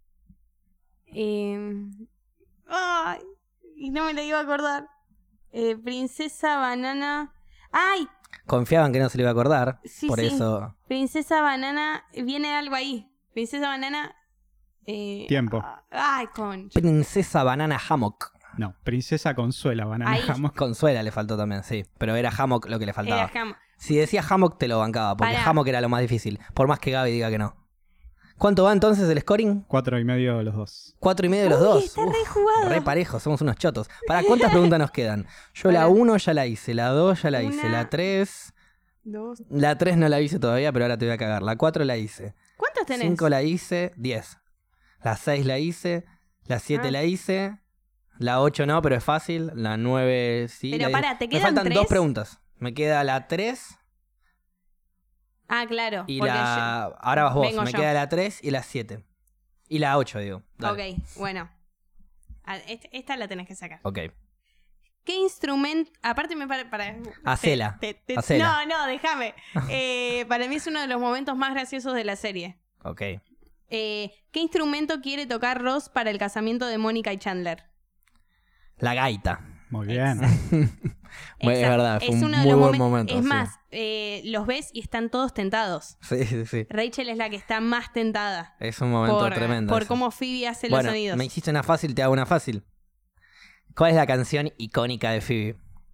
Ay, y no me lo iba a acordar. Princesa Banana. ¡Ay! Confiaba en que no se le iba a acordar, Sí, por sí. eso... Princesa Banana. Viene algo ahí. Princesa Banana. Tiempo. Ay, concha. Princesa Banana Hammock. No, Princesa Consuela, banana Ahí. jamás. Consuela le faltó también, sí. Pero era Hammock lo que le faltaba. Era Ham. Si decía Hammock te lo bancaba, porque Pará. Hammock era lo más difícil. Por más que Gaby diga que no. ¿Cuánto va entonces el scoring? 4,5 los dos. 4,5 de los Uy, dos. está re jugado. Re parejo, somos unos chotos. ¿Para cuántas preguntas nos quedan? Yo la Pará. 1 ya la hice, la 2 ya la hice, Una. la 3... 2. La 3 no la hice todavía, pero ahora te voy a cagar. La 4 la hice. ¿Cuántos tenés? 5 la hice, 10. La 6 la hice, la 7 Ah. la hice, la 8 no, pero es fácil, la 9 sí. Pero la pará, ¿te Me quedan faltan 2 tres? preguntas. Me queda la 3 Ah, claro. y porque la... Ahora vas vos, vengo me yo. queda la 3 y la 7. Y la 8, digo. Dale. Ok, bueno. Esta la tenés que sacar. Ok. ¿Qué instrumento? Aparte me para... Hacela. Hacela. No, déjame. Para mí es uno de los momentos más graciosos de la serie. Ok. ¿Qué instrumento quiere tocar Ross para el casamiento de Mónica y Chandler? La gaita. Muy bien. Bueno, es Exacto. verdad, fue un uno de muy los buen momen- momento. Es sí. más, los ves y están todos tentados. Sí, sí, sí. Rachel es la que está más tentada. Es un momento por tremendo. por ese. cómo Phoebe hace los Bueno, sonidos. me hiciste una fácil, te hago una fácil. ¿Cuál es la canción icónica de Phoebe?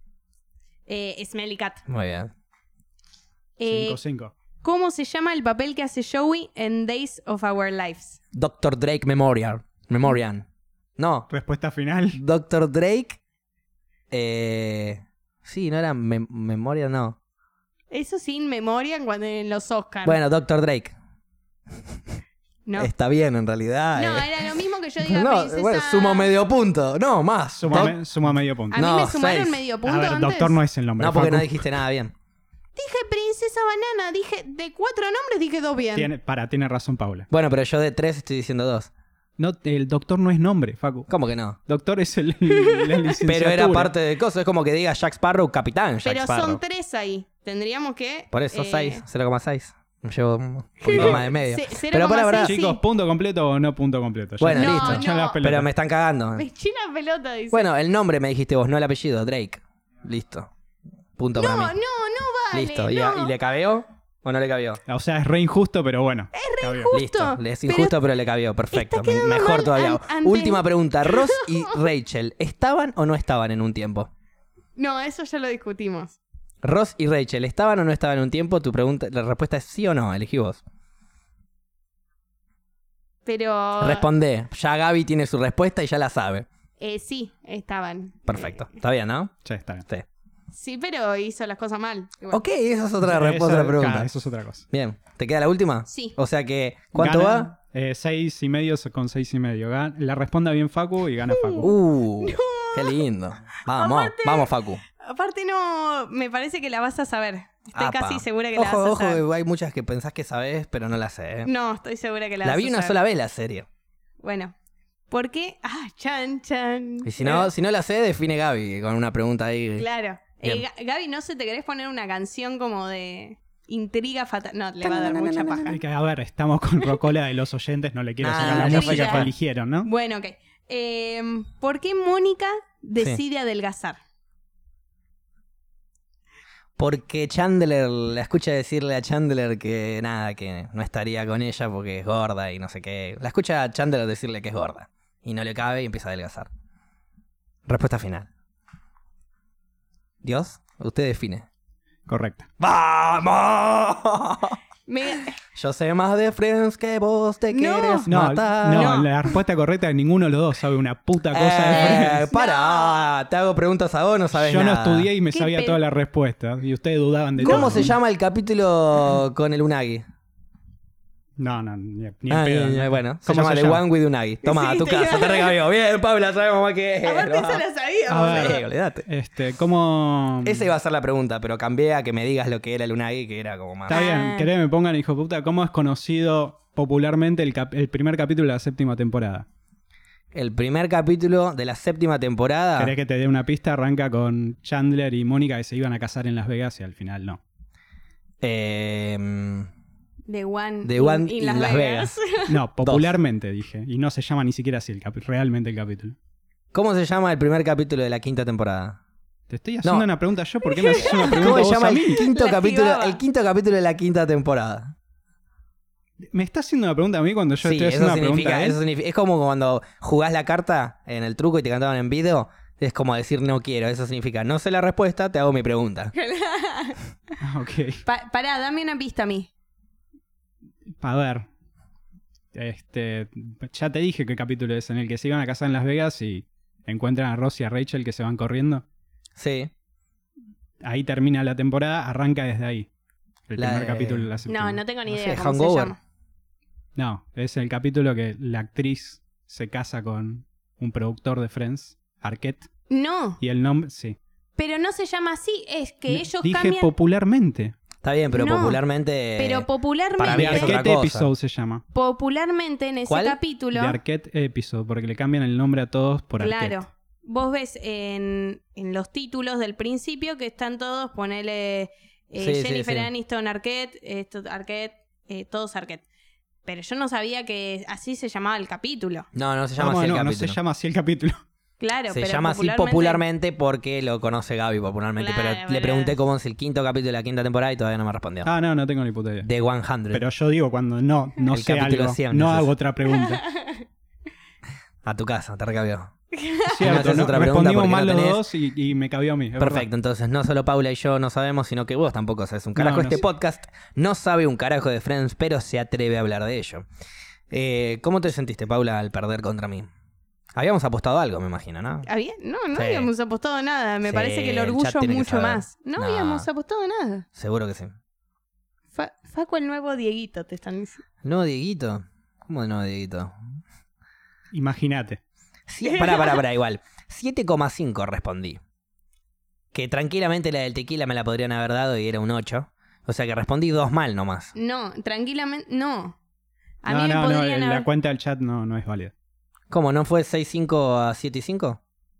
Smelly Cat. Muy bien. 5-5. ¿Cómo se llama el papel que hace Joey en Days of Our Lives? Dr. Drake Memorial. No. Respuesta final. Dr. Drake. Sí, no era Memorial, no. Eso sin memoria cuando en los Oscars. Bueno, Dr. Drake. no. Está bien, en realidad. No, era lo mismo que yo diga No, princesa... bueno, sumo medio punto. No, más. Suma medio punto. A mí No, me sumaron 6. medio punto A ver, antes. doctor no es el nombre. No, porque Facu. no dijiste nada bien. Dije princesa banana, dije de 4 nombres, dije 2 bien. Tiene razón Paula. Bueno, pero yo de 3 estoy diciendo 2. No, el doctor no es nombre, Facu. ¿Cómo que no? Doctor es la licenciatura. Pero era parte de cosas. Es como que diga Jack Sparrow, capitán Jack Pero Sparrow. son 3 ahí. Tendríamos que... Por eso 6, 0,6. Me llevo un poquito más de medio. Se- Pero para, 0,6, Chicos, sí. ¿punto completo o no punto completo? Bueno, No, listo. Echan no. las pelotas. Pero me están cagando. Me eché la pelota, dice. Bueno, el nombre me dijiste vos, no el apellido. Drake. Listo. Punto no, para no, mí. no vale. Listo. no. ¿Y le cabió o no le cabió? O sea, es re injusto, pero bueno. Es re injusto. Listo. Es Pero injusto, pero le cabió. Perfecto. está quedando Mejor mal todavía. ante- Última pregunta. ¿Ross y Rachel estaban o no estaban en un tiempo? No, eso ya lo discutimos. Ross y Rachel, ¿estaban o no estaban en un tiempo? Tu pregunta, la respuesta es sí o no. Elegí vos. Pero... Responde. Ya Gaby tiene su respuesta y ya la sabe. Sí, estaban. Perfecto. Está bien, ¿no? Ya está bien. Sí. Sí, pero hizo las cosas mal. Igual. Ok, esa es otra, Eso- otra pregunta. claro, eso es otra cosa. Bien. ¿Te queda la última? Sí. O sea que, ¿cuánto va? 6,5 con 6,5. La responda bien Facu y gana Facu. Qué lindo. Vamos, Aparte- vamos, Facu. Aparte no... Me parece que la vas a saber. Estoy Apa. casi segura que Ojo, la vas a ojo, saber. hay muchas que pensás que sabés, pero no las sé. No, estoy segura que la La vas vi a una saber. sola vez la serie. Bueno. ¿Por qué? Ah, chan, chan. Y si no la sé, define Gaby con una pregunta ahí. Claro. Bien. Gaby, ¿no se te querés poner una canción como de intriga fatal? No, le va a dar mucha paja. Hay que, a ver, estamos con Rocola de los oyentes, no le quiero Ah, sacar la ya música fue. que eligieron, ¿no? Bueno, ok. ¿Por qué Mónica decide adelgazar? Porque Chandler la escucha decirle a Chandler que nada, que no estaría con ella porque es gorda y no sé qué. La escucha a Chandler decirle que es gorda. Y no le cabe y empieza a adelgazar. Respuesta final. ¿Dios? Usted define. Correcto. ¡Vamos! Yo sé más de Friends que vos te No. quieres No, matar. no, la respuesta correcta es ninguno de los dos sabe una puta cosa de Friends. Pará, te hago preguntas a vos, no sabes Yo no nada. estudié y me ¿Qué sabía pe- todas las respuestas. Y ustedes dudaban de ¿Cómo todo. se llama el capítulo con el Unagi? No, ni en pedo. ¿no? Bueno, se ¿Cómo llama se The llama? One with Unagi. Toma, Sí, a tu te casa, iba- te regabió. Bien, Paula, sabemos más que es. Aparte esa la sabíamos. A ver. Sí, olvídate. ¿Cómo...? Esa iba a ser la pregunta, pero cambié a que me digas lo que era el Unagi, que era como más... Está bien, querés que me pongan, hijo de puta, ¿cómo es conocido popularmente el primer capítulo de la 7ª temporada? El primer capítulo de la 7ª temporada... ¿Querés que te dé una pista? Arranca con Chandler y Mónica que se iban a casar en Las Vegas y al final no. The One, The One in in Las Vegas. No, popularmente dije. Y no se llama ni siquiera así realmente el capítulo. ¿Cómo se llama el primer capítulo de la 5ª temporada? Te estoy haciendo No. una pregunta yo, ¿por qué me haces una pregunta ¿Cómo se vos llama a mí? el quinto La capítulo? esquivaba. El quinto capítulo de la 5ª temporada. ¿Me estás haciendo una pregunta a mí cuando yo Sí, estoy haciendo eso una pregunta significa, a él? eso significa... Es como cuando jugás la carta en el truco y te cantaban en video. Es como decir no quiero. Eso significa no sé la respuesta, te hago mi pregunta. Ah, ok. Pará, dame una pista a mí. A ver. Ya te dije qué capítulo es, en el que se iban a casar en Las Vegas y encuentran a Ross y a Rachel que se van corriendo. Sí. Ahí termina la temporada, arranca desde ahí. El La primer de- capítulo de la 7ª. No, no tengo ni No idea sé, cómo se Hangover. llama. No, es el capítulo que la actriz se casa con un productor de Friends, Arquette, No, y el nombre, sí. pero no se llama así. Es que ellos Dije cambian... popularmente. Está bien, pero No, popularmente... Pero popularmente... para mí The es otra Arquette cosa. Episode se llama. Popularmente en ese ¿Cuál? capítulo... The Arquette Episode, porque le cambian el nombre a todos por Arquette. Claro. Vos ves en los títulos del principio que están todos, ponele Sí, sí, Jennifer sí. Aniston, Arquette, Arquette, todos Arquette. Pero yo no sabía que así se llamaba el capítulo. No se llama ¿Cómo así el no? No capítulo. se llama así el capítulo. Claro, Se pero llama así popularmente porque lo conoce Gaby popularmente. Claro, pero le boludo. pregunté cómo es el quinto capítulo de la 5ª temporada y todavía no me respondió. Ah, no tengo ni puta idea. The 100. Pero yo digo, cuando no El sé capítulo algo, 100, no es hago ese. otra pregunta. A tu casa, te recabió. Cierto, haces ¿no? otra pregunta Respondimos porque mal no los tenés. dos y me cabió a mí. es Perfecto, verdad. entonces no solo Paula y yo no sabemos, sino que vos tampoco sabes un carajo. No, no Este sé. podcast no sabe un carajo de Friends, pero se atreve a hablar de ello. ¿Cómo te sentiste, Paula, al perder contra mí? Habíamos apostado algo, me imagino, ¿no? No Sí. habíamos apostado nada. Me Sí, parece que el el orgullo chat es tiene que mucho saber. más. No No. habíamos apostado nada. Seguro que sí. Facu el nuevo Dieguito, te están diciendo. ¿Nuevo Dieguito? ¿Cómo de nuevo Dieguito? Imagínate. Sí, pará, igual. 7,5 respondí. Que tranquilamente la del tequila me la podrían haber dado y era un 8. O sea que respondí 2 mal nomás. No, tranquilamente, no. A No, mí me no, podrían la haber... cuenta del chat no es válida. ¿Cómo? ¿No fue 6,5 a 7,5?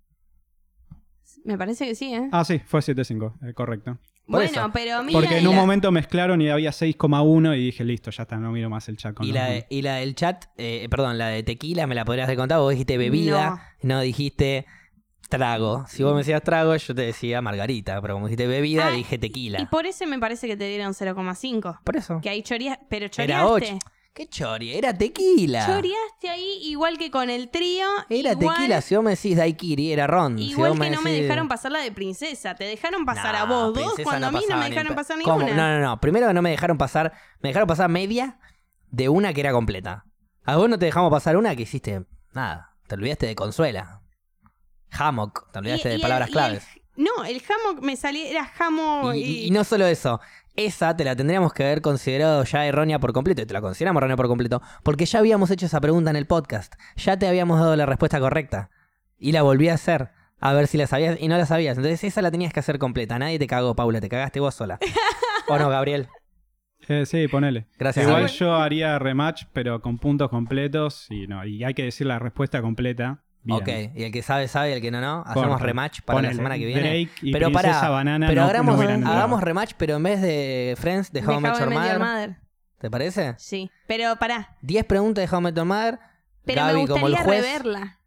Me parece que sí, ¿eh? Ah, sí, fue 7.5, correcto. por Bueno, eso. pero a mí... Porque en la- un momento mezclaron y había 6,1 y dije, listo, ya está, no miro más el chat con Y los números. la del chat, perdón, la de tequila me la podrías haber contado. Vos dijiste bebida, no dijiste trago. Si vos me decías trago, yo te decía margarita. Pero como dijiste bebida, Ah, dije tequila. Y por eso me parece que te dieron 0,5. Por eso. Que ahí choreaste. Pero Era choreaste. 8. ¿Qué chori? Era tequila. Choreaste ahí igual que con el trío. Era igual, tequila. Si vos me decís daiquiri, era ron. Si Igual vos que no me decís- dejaron pasar la de princesa. Te dejaron pasar a No, vos dos princesa cuando a mí no pasaba me ni dejaron en pasar ¿Cómo? ninguna. No. Primero que no me dejaron pasar. Me dejaron pasar media de una que era completa. A vos no te dejamos pasar una que hiciste nada. Te olvidaste de Consuela. Hammock. Te olvidaste de palabras claves. No, el hammock me salía, era jammo Y no solo eso, esa te la tendríamos que haber considerado ya errónea por completo, y te la consideramos errónea por completo, porque ya habíamos hecho esa pregunta en el podcast, ya te habíamos dado la respuesta correcta, y la volví a hacer, a ver si la sabías, y no la sabías, entonces esa la tenías que hacer completa, nadie te cagó, Paula, te cagaste vos sola. ¿O no, Gabriel? Sí, ponele. Gracias. Igual Gabriel. yo haría rematch, pero con puntos completos y hay que decir la respuesta completa. Bien. Ok, y el que sabe, sabe, el que no, hacemos Correcto. rematch para la Ponele, semana que viene. Drake y Pero Princesa para, Banana pero no hagamos, hubieran entrado. hagamos rematch, pero en vez de Friends, de How I Met Your Mother. ¿Te parece? Sí, pero pará. 10 preguntas de How I Met Your Mother. Pero Gaby me como el gustaría juez. reverla.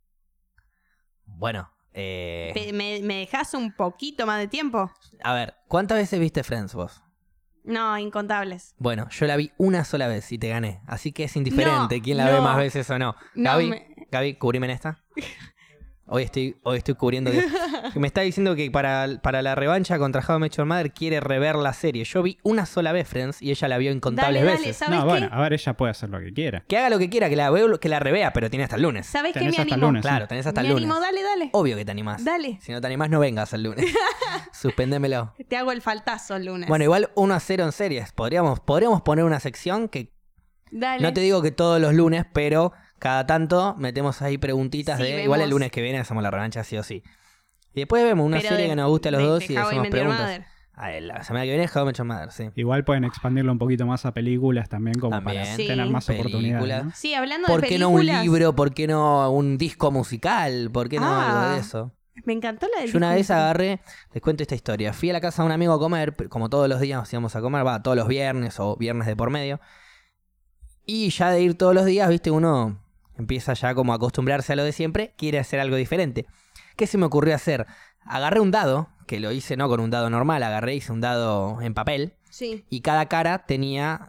Bueno, ¿Me dejás un poquito más de tiempo? a ver, ¿cuántas veces viste Friends vos? No, incontables. Bueno, yo la vi una sola vez y te gané. Así que es indiferente No, quién la no. ve más veces o no. No, Gaby, cubrime en esta. Hoy estoy cubriendo. Me está diciendo que para la revancha contra How I Met Your Mother quiere rever la serie. Yo vi una sola vez Friends y ella la vio incontables Dale, veces. ¿sabes No, qué? bueno, a ver, ella puede hacer lo que quiera. Que haga lo que quiera, que la revea, pero tiene hasta el lunes. ¿Sabes qué Tenés me hasta el animo? lunes. Claro, tenés hasta el Me lunes. animo, dale. Obvio que te animás. Dale. Si no te animás, no vengas el lunes. Suspéndemelo. Te hago el faltazo el lunes. Bueno, igual 1-0 en series. Podríamos poner una sección que Dale. no te digo que todos los lunes, pero cada tanto metemos ahí preguntitas Sí, de... vemos. Igual el lunes que viene hacemos la revancha sí o sí. Y después vemos una Pero serie de- que nos guste a los dos de y How I hacemos Met Your preguntas. Mother. La semana que viene es How I Met Your Mother, sí. Igual pueden expandirlo un poquito más a películas también, como También. para Sí. tener más oportunidades. Películas. ¿no? Sí, hablando ¿Por de qué no un películas. libro? ¿Por qué no un disco musical? ¿Por qué no algo de eso? Me encantó la del Yo una disco vez musical. agarré, les cuento esta historia. Fui a la casa de un amigo a comer, como todos los días íbamos a comer, todos los viernes o viernes de por medio. Y ya de ir todos los días, viste, uno empieza ya como a acostumbrarse a lo de siempre, quiere hacer algo diferente. ¿Qué se me ocurrió hacer? Agarré un dado, que lo hice no con un dado normal, hice un dado en papel, Sí. y cada cara tenía...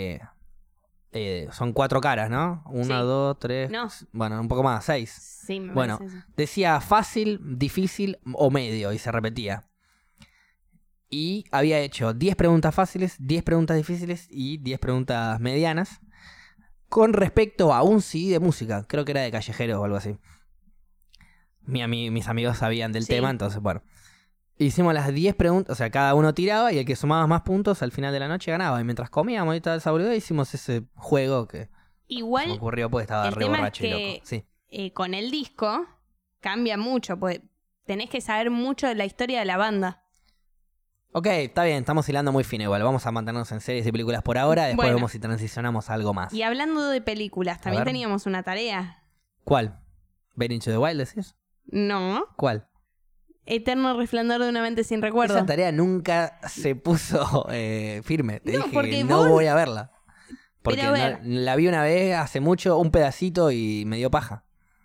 son 4 caras, ¿no? 1, Sí. 2, 3... No. Bueno, un poco más, 6. Sí, me Bueno, parece eso. decía fácil, difícil o medio y se repetía. Y había hecho 10 preguntas fáciles, 10 preguntas difíciles y 10 preguntas medianas con respecto a un CD de música. Creo que era de Callejeros o algo así. Mis amigos sabían del Sí. tema, entonces bueno. Hicimos las 10 preguntas, o sea, cada uno tiraba y el que sumaba más puntos al final de la noche ganaba. Y mientras comíamos y tal esa boludez, hicimos ese juego que se me Igual, ocurrió porque estaba el re tema es borracho y que- loco. Sí. con el disco cambia mucho, pues tenés que saber mucho de la historia de la banda. Ok, está bien, estamos hilando muy fino igual. Vamos a mantenernos en series y películas por ahora. Después Bueno. vemos si transicionamos a algo más. Y hablando de películas, también ver. teníamos una tarea. ¿Cuál? ¿Ver Into the Wild decís? No. ¿Cuál? Eterno resplandor de una mente sin recuerdo. Esa tarea nunca se puso firme. Te No, dije porque que no vos- voy a verla. Porque Pero a ver. la vi una vez hace mucho, un pedacito y me dio paja.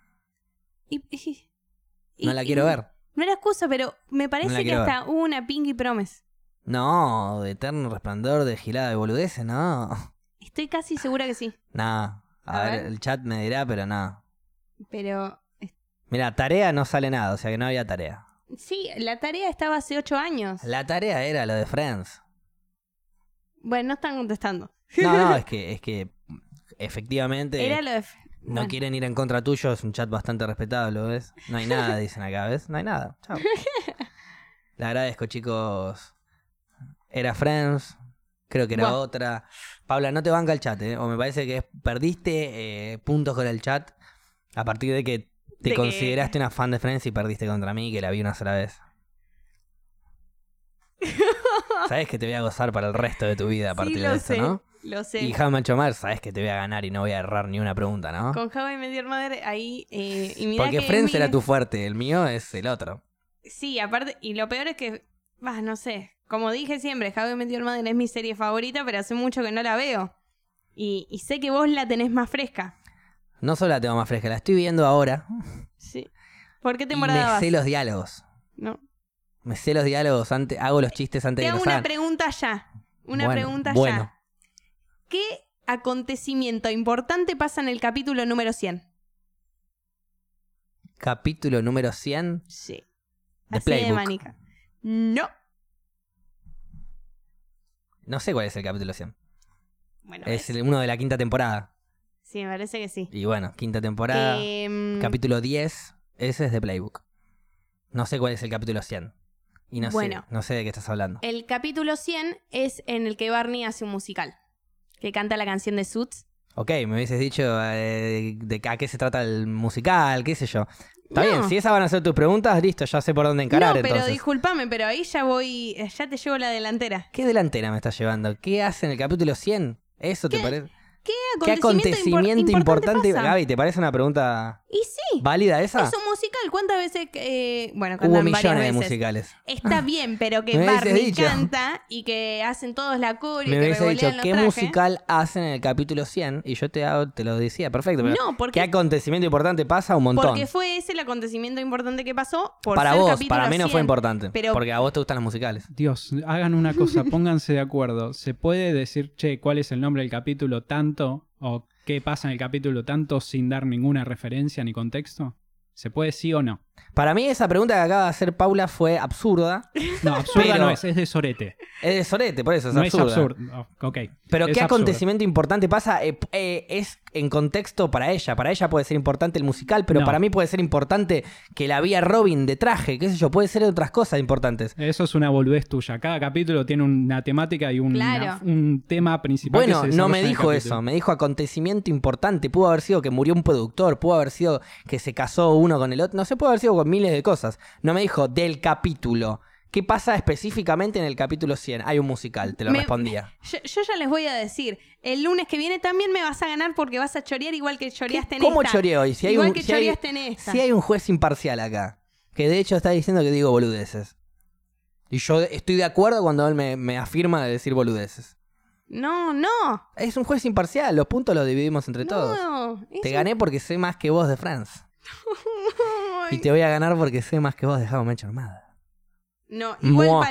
No la quiero ver. No era excusa, pero me No parece la que quiero hasta hubo una Pinky Promise. No, de eterno resplandor de gilada de boludeces, no. Estoy casi segura que sí. No. A A ver, ver. el chat me dirá, pero no. Pero Mira, tarea no sale nada, o sea que no había tarea. Sí, la tarea estaba hace 8 años. La tarea era lo de Friends. Bueno, no están contestando. No, es que efectivamente Era lo de... no bueno. quieren ir en contra tuyo, es un chat bastante respetable, ¿ves? No hay nada, dicen acá, ¿ves? No hay nada. Chao. Le agradezco, chicos. Era Friends, creo que era Buah. otra. Paula, no te banca el chat, ¿eh? O me parece que perdiste puntos con el chat a partir de que te De que- consideraste una fan de Friends y perdiste contra mí, que la vi una sola vez. Sabes que te voy a gozar para el resto de tu vida a partir Sí, de lo esto, sé, ¿no? lo sé. Y How I Met Your Mother, sabes que te voy a ganar y no voy a errar ni una pregunta, ¿no? Con How I Met Your Mother ahí... y mirá Porque que Friends mi- era tu fuerte, el mío es el otro. Sí, aparte... Y lo peor es que... no sé. Como dije siempre, How I Met Your Mother es mi serie favorita, pero hace mucho que no la veo. Y sé que vos la tenés más fresca. No solo la tengo más fresca, la estoy viendo ahora. Sí. ¿Por qué Y temporada me vas? sé los diálogos. No. Me sé los diálogos antes, hago los chistes antes Te de que hago los una hagan. pregunta ya. Una Bueno, pregunta bueno. ya. ¿Qué acontecimiento importante pasa en el capítulo número 100? Capítulo número 100 Sí. de Así Playbook. de manica. No. No sé cuál es el capítulo 100. Bueno, Es ¿ves? uno de la quinta temporada. Sí, me parece que sí. Y bueno, quinta temporada. Capítulo 10, ese es de Playbook. No sé cuál es el capítulo 100. Y no Bueno. sé de qué estás hablando. El capítulo 100 es en el que Barney hace un musical. Que canta la canción de Suits. Ok, me hubieses dicho de a qué se trata el musical, qué sé yo. Está No. bien, si esas van a ser tus preguntas, listo, ya sé por dónde encarar No, pero entonces. discúlpame, pero ahí ya voy... Ya te llevo la delantera. ¿Qué delantera me estás llevando? ¿Qué hace en el capítulo 100? ¿Eso te ¿Qué parece? ¿Qué ¿Qué acontecimiento importante? pasa? Gaby, ¿te parece una pregunta Y sí, válida esa? es un musical. ¿Cuántas veces? Bueno, Hubo cantan varias millones de veces. musicales. Está bien, pero que Me hubieses Barney dicho. canta y que hacen todos la core y Me que hubiese dicho, revolean los ¿qué trajes. musical hacen en el capítulo 100? Y yo te lo decía, perfecto. Pero No, porque- ¿qué acontecimiento importante pasa? Un montón. Porque fue ese el acontecimiento importante que pasó por Para ser vos, capítulo para mí no fue 100. importante. Pero- Porque a vos te gustan los musicales. Dios, hagan una cosa, pónganse de acuerdo. ¿Se puede decir, che, cuál es el nombre del capítulo tanto? ¿O qué pasa en el capítulo tanto sin dar ninguna referencia ni contexto? ¿Se puede sí o no? Para mí esa pregunta que acaba de hacer Paula fue absurda. No, absurda Pero- no es de sorete. Es de sorete, por eso es No absurda. es absurdo. Oh, ok. Pero Es ¿qué absurdo. acontecimiento importante pasa? Es en contexto para ella. Para ella puede ser importante el musical, pero No. para mí puede ser importante que la vi a Robin de traje, qué sé yo, puede ser otras cosas importantes. Eso es una boludez tuya. Cada capítulo tiene una temática y Claro. un tema principal. Bueno, que se no desarrolla me en el dijo capítulo. eso, me dijo acontecimiento importante. Pudo haber sido que murió un productor, pudo haber sido que se casó uno con el otro, no sé, pudo haber sido con miles de cosas. No me dijo del capítulo. ¿Qué pasa específicamente en el capítulo 100? Hay un musical, te lo Me- respondía. Yo ya les voy a decir, el lunes que viene también me vas a ganar porque vas a chorear igual que choreaste en ¿Cómo esta. choreo hoy? Si hay igual un, que si hay- choreaste en esta. si hay un juez imparcial acá, que de hecho está diciendo que digo boludeces. Y yo estoy de acuerdo cuando él me afirma de decir boludeces. No, no. Es un juez imparcial, los puntos los dividimos entre todos. No. es Te un- gané porque sé más que vos de France. Ay. Y te voy a ganar porque sé más que vos de How I Met Your Mother. No, igual Mua.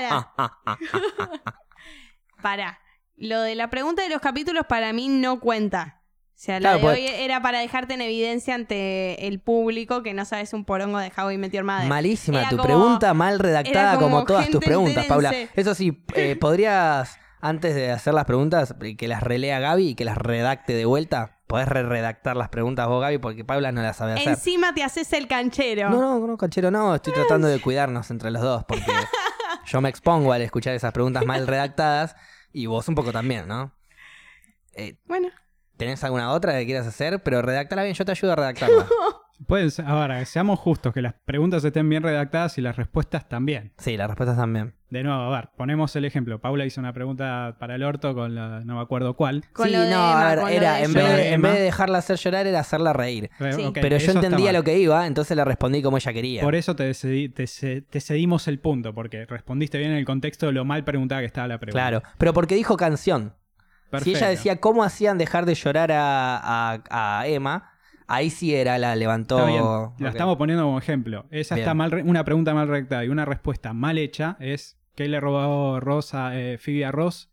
para. Lo de la pregunta de los capítulos para mí no cuenta. O sea, Claro, lo de pues- hoy era para dejarte en evidencia ante el público que no sabes un porongo de How I Met Your Mother. Malísima Era tu como- pregunta, mal redactada era como como todas tus gente preguntas, Paula. entérense. Eso sí, podrías, antes de hacer las preguntas, que las relea Gaby y que las redacte de vuelta. Podés redactar las preguntas vos, Gaby, porque Paula no las sabe hacer. Encima te haces el canchero. No, canchero, no. Estoy tratando de cuidarnos entre los dos porque yo me expongo al escuchar esas preguntas mal redactadas y vos un poco también, ¿no? Bueno, ¿Tenés alguna otra que quieras hacer? Pero redactala bien, yo te ayudo a redactarla. Ahora, seamos justos, que las preguntas estén bien redactadas y las respuestas también. Sí, las respuestas también. De nuevo, a ver, ponemos el ejemplo. Paula hizo una pregunta para el orto con no me acuerdo cuál. con sí, lo de no, Emma, a ver, con lo era, de en llorar. vez, en Emma. vez de dejarla hacer llorar, era hacerla reír. Sí. Ok, Pero yo eso está entendía mal. lo que iba, entonces le respondí como ella quería. Por eso te cedimos el punto, porque respondiste bien en el contexto de lo mal preguntada que estaba la pregunta. Claro, pero porque dijo canción. Perfecto. Si ella decía cómo hacían dejar de llorar a Emma, ahí sí era, la levantó. Está bien, Ok. la estamos poniendo como ejemplo. Esa Bien. está una pregunta mal redactada y una respuesta mal hecha es ¿qué le robó Ross a Phoebe a Ross?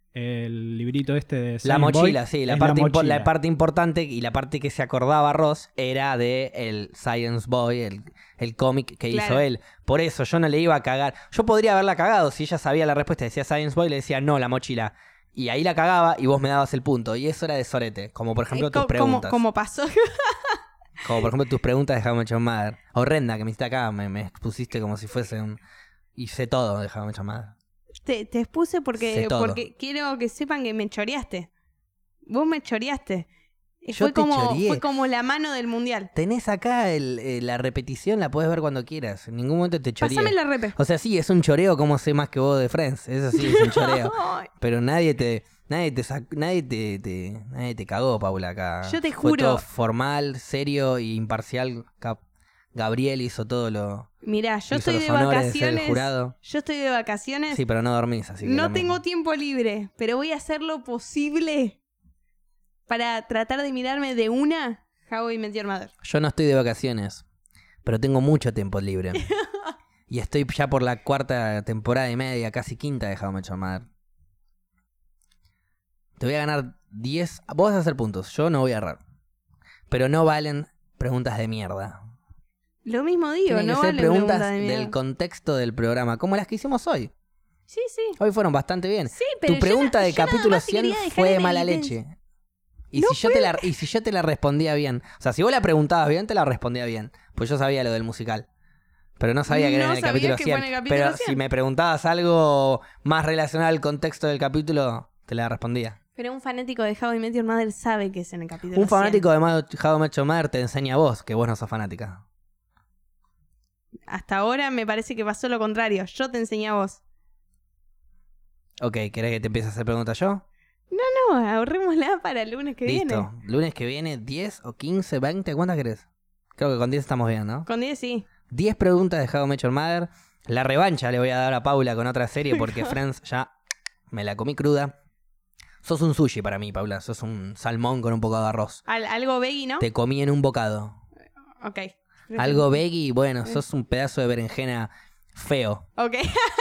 el librito este de La Science mochila, Boy, sí, la es parte, mochila. la parte importante y la parte que se acordaba Ross era de el Science Boy, el cómic que hizo Claro. él. Por eso yo no le iba a cagar. Yo podría haberla cagado si ella sabía la respuesta, decía Science Boy, le decía no, la mochila. Y ahí la cagaba y vos me dabas el punto. Y eso era de sorete. Como por ejemplo tus preguntas. Como pasó. Como por ejemplo tus preguntas de How I Met Your Mother. Horrenda que me hiciste acá, me expusiste como si fuese un... Y sé todo de How I Met Your Mother. Te expuse Sé porque todo. quiero que sepan que me choreaste. Vos me choreaste. Yo te choreé. Fue como la mano del mundial. Tenés acá la repetición, la podés ver cuando quieras. En ningún momento te choreé. Pásame la repe. O sea, sí, es un choreo como sé más que vos de Friends. Eso sí, es un choreo. Ay, Pero nadie te cagó, Paula, acá. Yo te Fue juro. todo formal, serio e imparcial. Gabriel hizo todo lo... mirá, yo hizo estoy los de honores de ser el vacaciones. jurado. Yo estoy de vacaciones. Sí, pero no dormís, así que No lo mismo. tengo tiempo libre, pero voy a hacer lo posible para tratar de mirarme de una How I Met Your Mother. Yo no estoy de vacaciones, pero tengo mucho tiempo libre. Y estoy ya por la 4ª temporada y media, casi 5ª de How I Met Your Mother. Te voy a ganar 10... Vos vas a hacer puntos, yo no voy a errar. Pero no valen preguntas de mierda. Lo mismo digo, Tienen que no ser vale preguntas pregunta de mierda. del contexto del programa, como las que hicimos hoy. Sí, sí. Hoy fueron bastante bien. Sí, pero Tu pregunta de yo nada capítulo más te 100 quería dejar fue de en mala evidencia. leche. Y, No si yo te la respondía bien. O sea, si vos la preguntabas bien, te la respondía bien. Pues yo sabía lo del musical. Pero no sabía que era No en el sabía capítulo que 100. fue en el capítulo Pero 100. si me preguntabas algo más relacionado al contexto del capítulo, te la respondía. Pero un fanático de How I Met Your Mother sabe que es en el capítulo Un fanático 100. de How I Met Your Mother te enseña a vos, que vos no sos fanática. Hasta ahora me parece que pasó lo contrario. Yo te enseñé a vos. Ok, ¿querés que te empiece a hacer preguntas yo? No, ahorrémosla para el lunes que Listo. viene. Lunes que viene, 10 o 15, 20, ¿cuántas querés? Creo que con 10 estamos bien, ¿no? Con 10 sí. 10 preguntas de How I Met Your Mother. La revancha le voy a dar a Paula con otra serie porque Friends ya me la comí cruda. Sos un sushi para mí, Paula. Sos un salmón con un poco de arroz. Algo veggie, ¿no? Te comí en un bocado. Ok. Algo veggie, bueno, sos un pedazo de berenjena feo. Ok.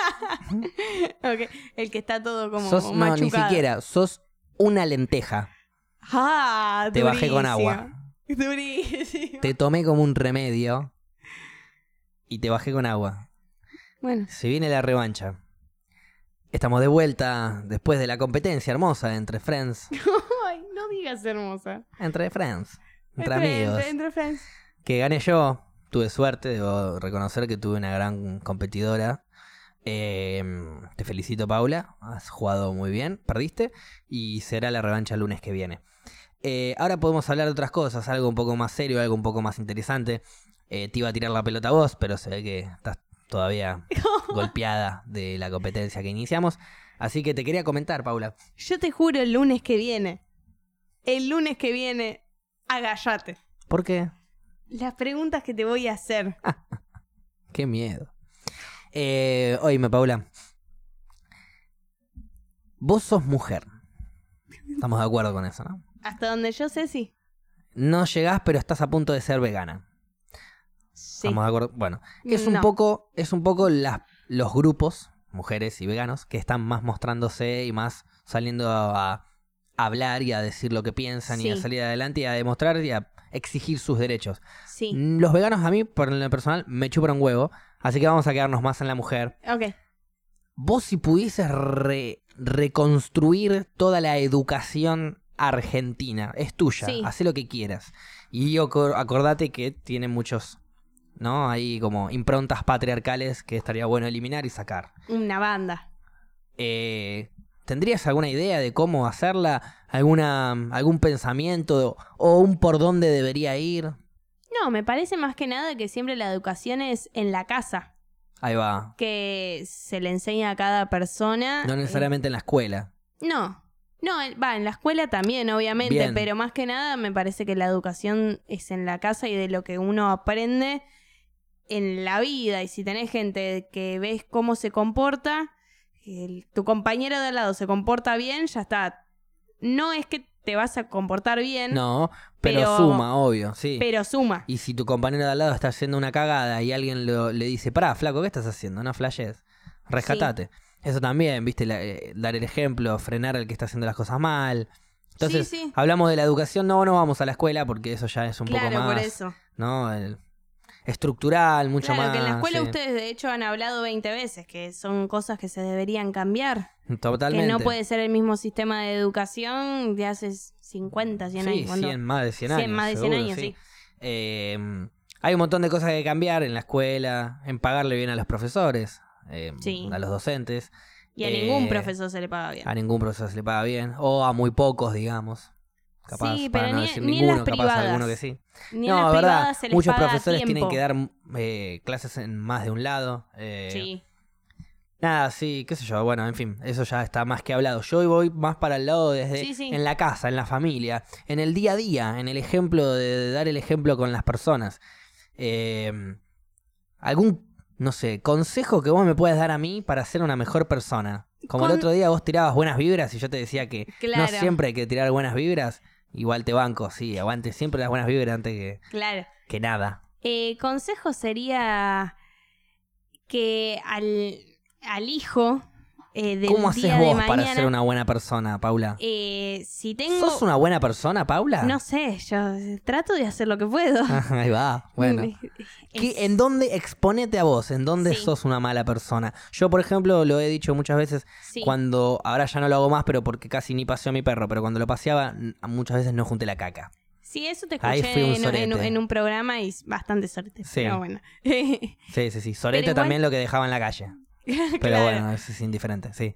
Ok. El que está todo como Sos, no, machucado. ni siquiera. Sos una lenteja. Ah, Te bajé con durísimo. agua. Durísimo. Te tomé como un remedio y te bajé con agua. Bueno. Se viene la revancha. Estamos de vuelta después de la competencia hermosa entre Friends. Ay, no digas hermosa. Entre Friends. Entre amigos. Entre friends. Que gané yo. Tuve suerte, debo reconocer que tuve una gran competidora. Te felicito, Paula. Has jugado muy bien. Perdiste. Y será la revancha el lunes que viene. Ahora podemos hablar de otras cosas. Algo un poco más serio, algo un poco más interesante. Te iba a tirar la pelota a vos, pero se ve que estás todavía golpeada de la competencia que iniciamos. Así que te quería comentar, Paula. Yo te juro el lunes que viene. El lunes que viene, agallate. ¿Por qué? Las preguntas que te voy a hacer. Qué miedo. Oíme, Paula. Vos sos mujer. Estamos de acuerdo con eso, ¿no? Hasta donde yo sé, sí. No llegás, pero estás a punto de ser vegana. Sí. ¿Estamos de acuerdo? Bueno, es un No. poco los grupos, mujeres y veganos, que están más mostrándose y más saliendo a hablar y a decir lo que piensan y a Sí. salir adelante y a demostrar y a exigir sus derechos. Sí. Los veganos a mí, por lo personal, me chupan un huevo, así que vamos a quedarnos más en la mujer. Ok. Vos si pudieses reconstruir toda la educación argentina, es tuya, Sí. hacé lo que quieras. Y acordate que tiene muchos, ¿no? Hay como improntas patriarcales que estaría bueno eliminar y sacar. Una banda. ¿Tendrías alguna idea de cómo hacerla? ¿Algún pensamiento o un por dónde debería ir? No, me parece más que nada que siempre la educación es en la casa. Ahí va. Que se le enseña a cada persona. No necesariamente en la escuela. No, en la escuela también, obviamente, Bien. pero más que nada me parece que la educación es en la casa y de lo que uno aprende en la vida. Y si tenés gente que ves cómo se comporta, tu compañero de al lado se comporta bien, ya está. No es que te vas a comportar bien, No, pero Pero- suma, obvio, sí. pero suma. Y si tu compañero de al lado está haciendo una cagada y alguien le dice, pará, flaco, ¿qué estás haciendo? No flashes. Rescatate. Eso también, viste, dar el ejemplo, frenar al que está haciendo las cosas mal. Entonces, Sí. hablamos de la educación, no vamos a la escuela porque eso ya es un poco Claro, más, por eso. ¿no? Estructural, mucho Claro, más. que en la escuela sí. ustedes de hecho han hablado 20 veces, que son cosas que se deberían cambiar. Totalmente. Que no puede ser el mismo sistema de educación de hace 50, 100 años. Sí, 100, más de 100 años. Más de 100 seguro, años, sí. sí. Hay un montón de cosas que cambiar en la escuela, en pagarle bien a los profesores, Sí. a los docentes. Y a ningún profesor se le paga bien. A ningún profesor se le paga bien, o a muy pocos, digamos. Capaz, Sí, para pero no ni- decir ni en ninguno, las capaz privadas. alguno que sí. Ni en No, las verdad, privadas se les muchos paga a profesores tiempo. tienen que dar clases en más de un lado. Sí. Nada, sí, qué sé yo, bueno, en fin, eso ya está más que hablado. Yo hoy voy más para el lado desde Sí. en la casa, en la familia, en el día a día, en el ejemplo de dar el ejemplo con las personas. Algún, no sé, consejo que vos me puedas dar a mí para ser una mejor persona. Como el otro día vos tirabas buenas vibras y yo te decía que Claro. no siempre hay que tirar buenas vibras. Igual te banco, sí, aguante siempre las buenas vibras antes Claro. que nada. Consejo sería que al hijo del ¿Cómo día haces de vos mañana, para ser una buena persona, Paula? si tengo... ¿Sos una buena persona, Paula? No sé, yo trato de hacer lo que puedo. Ahí va, bueno. ¿En dónde exponete a vos? ¿En dónde Sí. sos una mala persona? Yo, por ejemplo, lo he dicho muchas veces Sí. cuando, ahora ya no lo hago más, pero porque casi ni paseo a mi perro, pero cuando lo paseaba, muchas veces no junté la caca. Sí, eso te Ahí fui un escuché sorete. en un programa y bastante sorete. Sí. Pero bueno. Sí. Sorete igual- también lo que dejaba en la calle. Pero Claro. bueno, eso es indiferente, sí.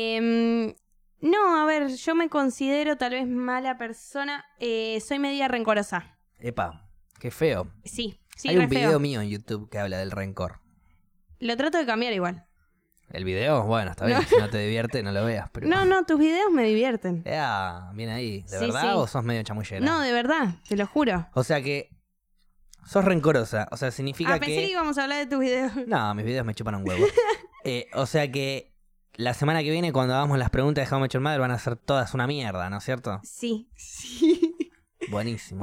No, a ver, yo me considero tal vez mala persona. Soy media rencorosa. Epa, qué feo. Sí, Hay re un video feo. mío en YouTube que habla del rencor. Lo trato de cambiar igual. ¿El video? Bueno, está bien. No. Si no te divierte, no lo veas. Pero... No, tus videos me divierten. Bien ahí. ¿De Sí, verdad sí. o sos medio chamullera? No, de verdad, te lo juro. O sea que sos rencorosa. O sea, significa Pensé que íbamos a hablar de tus videos. No, mis videos me chupan un huevo. O sea que la semana que viene, cuando hagamos las preguntas de How I Met Your Mother, van a ser todas una mierda, ¿no es cierto? Sí. Buenísimo.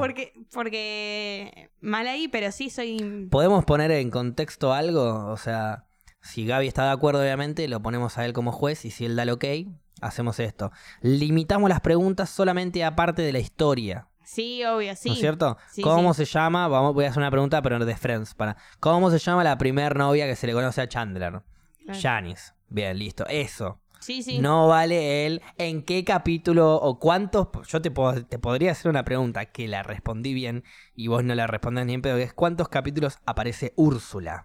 Porque mal ahí, pero sí soy... ¿Podemos poner en contexto algo? O sea, si Gaby está de acuerdo, obviamente, lo ponemos a él como juez y si él da el ok, hacemos esto. Limitamos las preguntas solamente a parte de la historia. Sí, obvio, sí. ¿No es cierto? Sí, ¿Cómo sí. se llama? Voy a hacer una pregunta, pero de Friends. ¿Cómo se llama la primer novia que se le conoce a Chandler? Claro. Janice. Bien, listo. Eso. Sí. No vale el en qué capítulo o cuántos... Yo te podría hacer una pregunta que la respondí bien y vos no la respondés ni en pedo, que es ¿cuántos capítulos aparece Úrsula?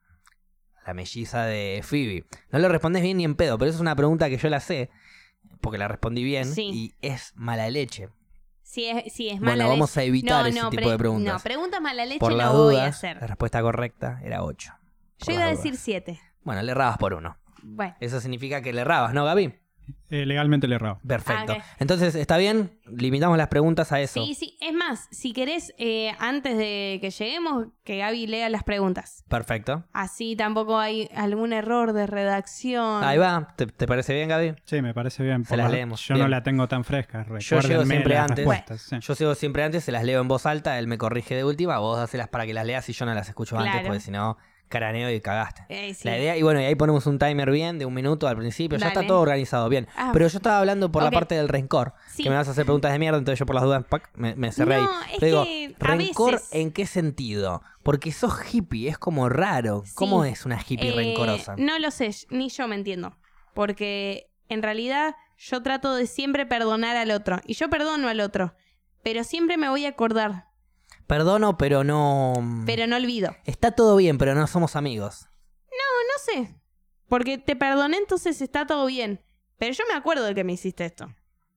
La melliza de Phoebe. No lo respondés bien ni en pedo, pero eso es una pregunta que yo la sé, porque la respondí bien Sí. y es mala leche. Sí, es Bueno, mala vamos leche. a evitar ese tipo de preguntas. No, preguntas mala leche Por no las voy a dudas, hacer. la respuesta correcta era 8. Yo iba a decir 7. Bueno, le errabas por 1. Bueno. Eso significa que le errabas, ¿no, Gaby? Legalmente le errado. Perfecto. Ah, ok. Entonces, ¿está bien? Limitamos las preguntas a eso. Sí. Es más, si querés, antes de que lleguemos, que Gaby lea las preguntas. Perfecto. Así tampoco hay algún error de redacción. Ahí va. ¿Te parece bien, Gaby? Sí, me parece bien. Se las leemos. Yo Bien. no la tengo tan fresca. Yo llego Recuérdenme siempre las antes. respuestas, sí. Yo sigo siempre antes, se las leo en voz alta, él me corrige de última, vos hacelas para que las leas y yo no las escucho antes, Claro. porque si no, caraneo y cagaste. Sí. La idea, y bueno, y ahí ponemos un timer bien de 1 minuto al principio, ya Dale. está todo organizado bien. Ah. Pero yo estaba hablando por Ok. la parte del rencor, Sí. que me vas a hacer preguntas de mierda, entonces yo por las dudas me cerré No, ahí. es Te digo, que a ¿rencor veces- en qué sentido? Porque sos hippie, es como raro. ¿Cómo Sí. es una hippie rencorosa? No lo sé, ni yo me entiendo. Porque en realidad yo trato de siempre perdonar al otro. Y yo perdono al otro. Pero siempre me voy a acordar. Perdono, pero no... Pero no olvido. Está todo bien, pero no somos amigos. No sé. Porque te perdoné, entonces está todo bien. Pero yo me acuerdo de que me hiciste esto.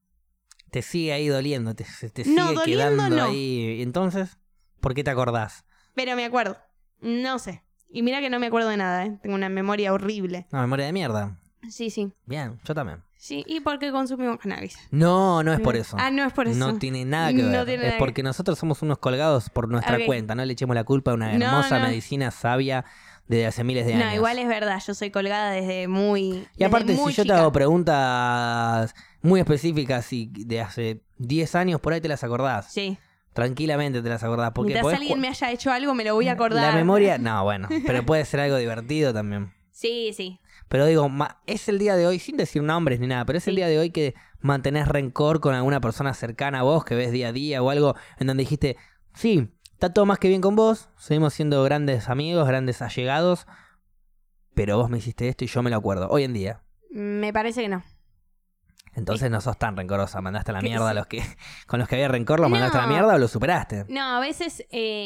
Te sigue ahí doliendo, te No, sigue doliendo quedando no. ahí. Entonces, ¿por qué te acordás? Pero me acuerdo. No sé. Y mira que no me acuerdo de nada, ¿eh? Tengo una memoria horrible. No, memoria de mierda. Sí. Bien, yo también. Sí, ¿y por qué consumimos cannabis? No es por eso. Ah, no es por eso. No tiene nada que No ver. tiene Es nada porque nosotros somos unos colgados por nuestra Ok. cuenta. No le echemos la culpa a una No, hermosa no. medicina sabia desde hace miles de años. No, igual es verdad. Yo soy colgada desde muy... Y aparte, desde muy si yo te chica. hago preguntas muy específicas y de hace 10 años, por ahí te las acordás. Sí. Tranquilamente te las acordás. Porque Mientras podés alguien me haya hecho algo, me lo voy a acordar. La memoria, no, bueno, pero puede ser algo divertido también. Sí, sí. Pero digo, es el día de hoy, sin decir nombres ni nada, pero es el Sí. día de hoy que mantenés rencor con alguna persona cercana a vos, que ves día a día o algo, en donde dijiste, sí, está todo más que bien con vos, seguimos siendo grandes amigos, grandes allegados, pero vos me hiciste esto y yo me lo acuerdo. Hoy en día. Me parece que no. Entonces no sos tan rencorosa, mandaste a la Que mierda a sí. los que con los que había rencor, los mandaste a la No. mierda o lo superaste. No, a veces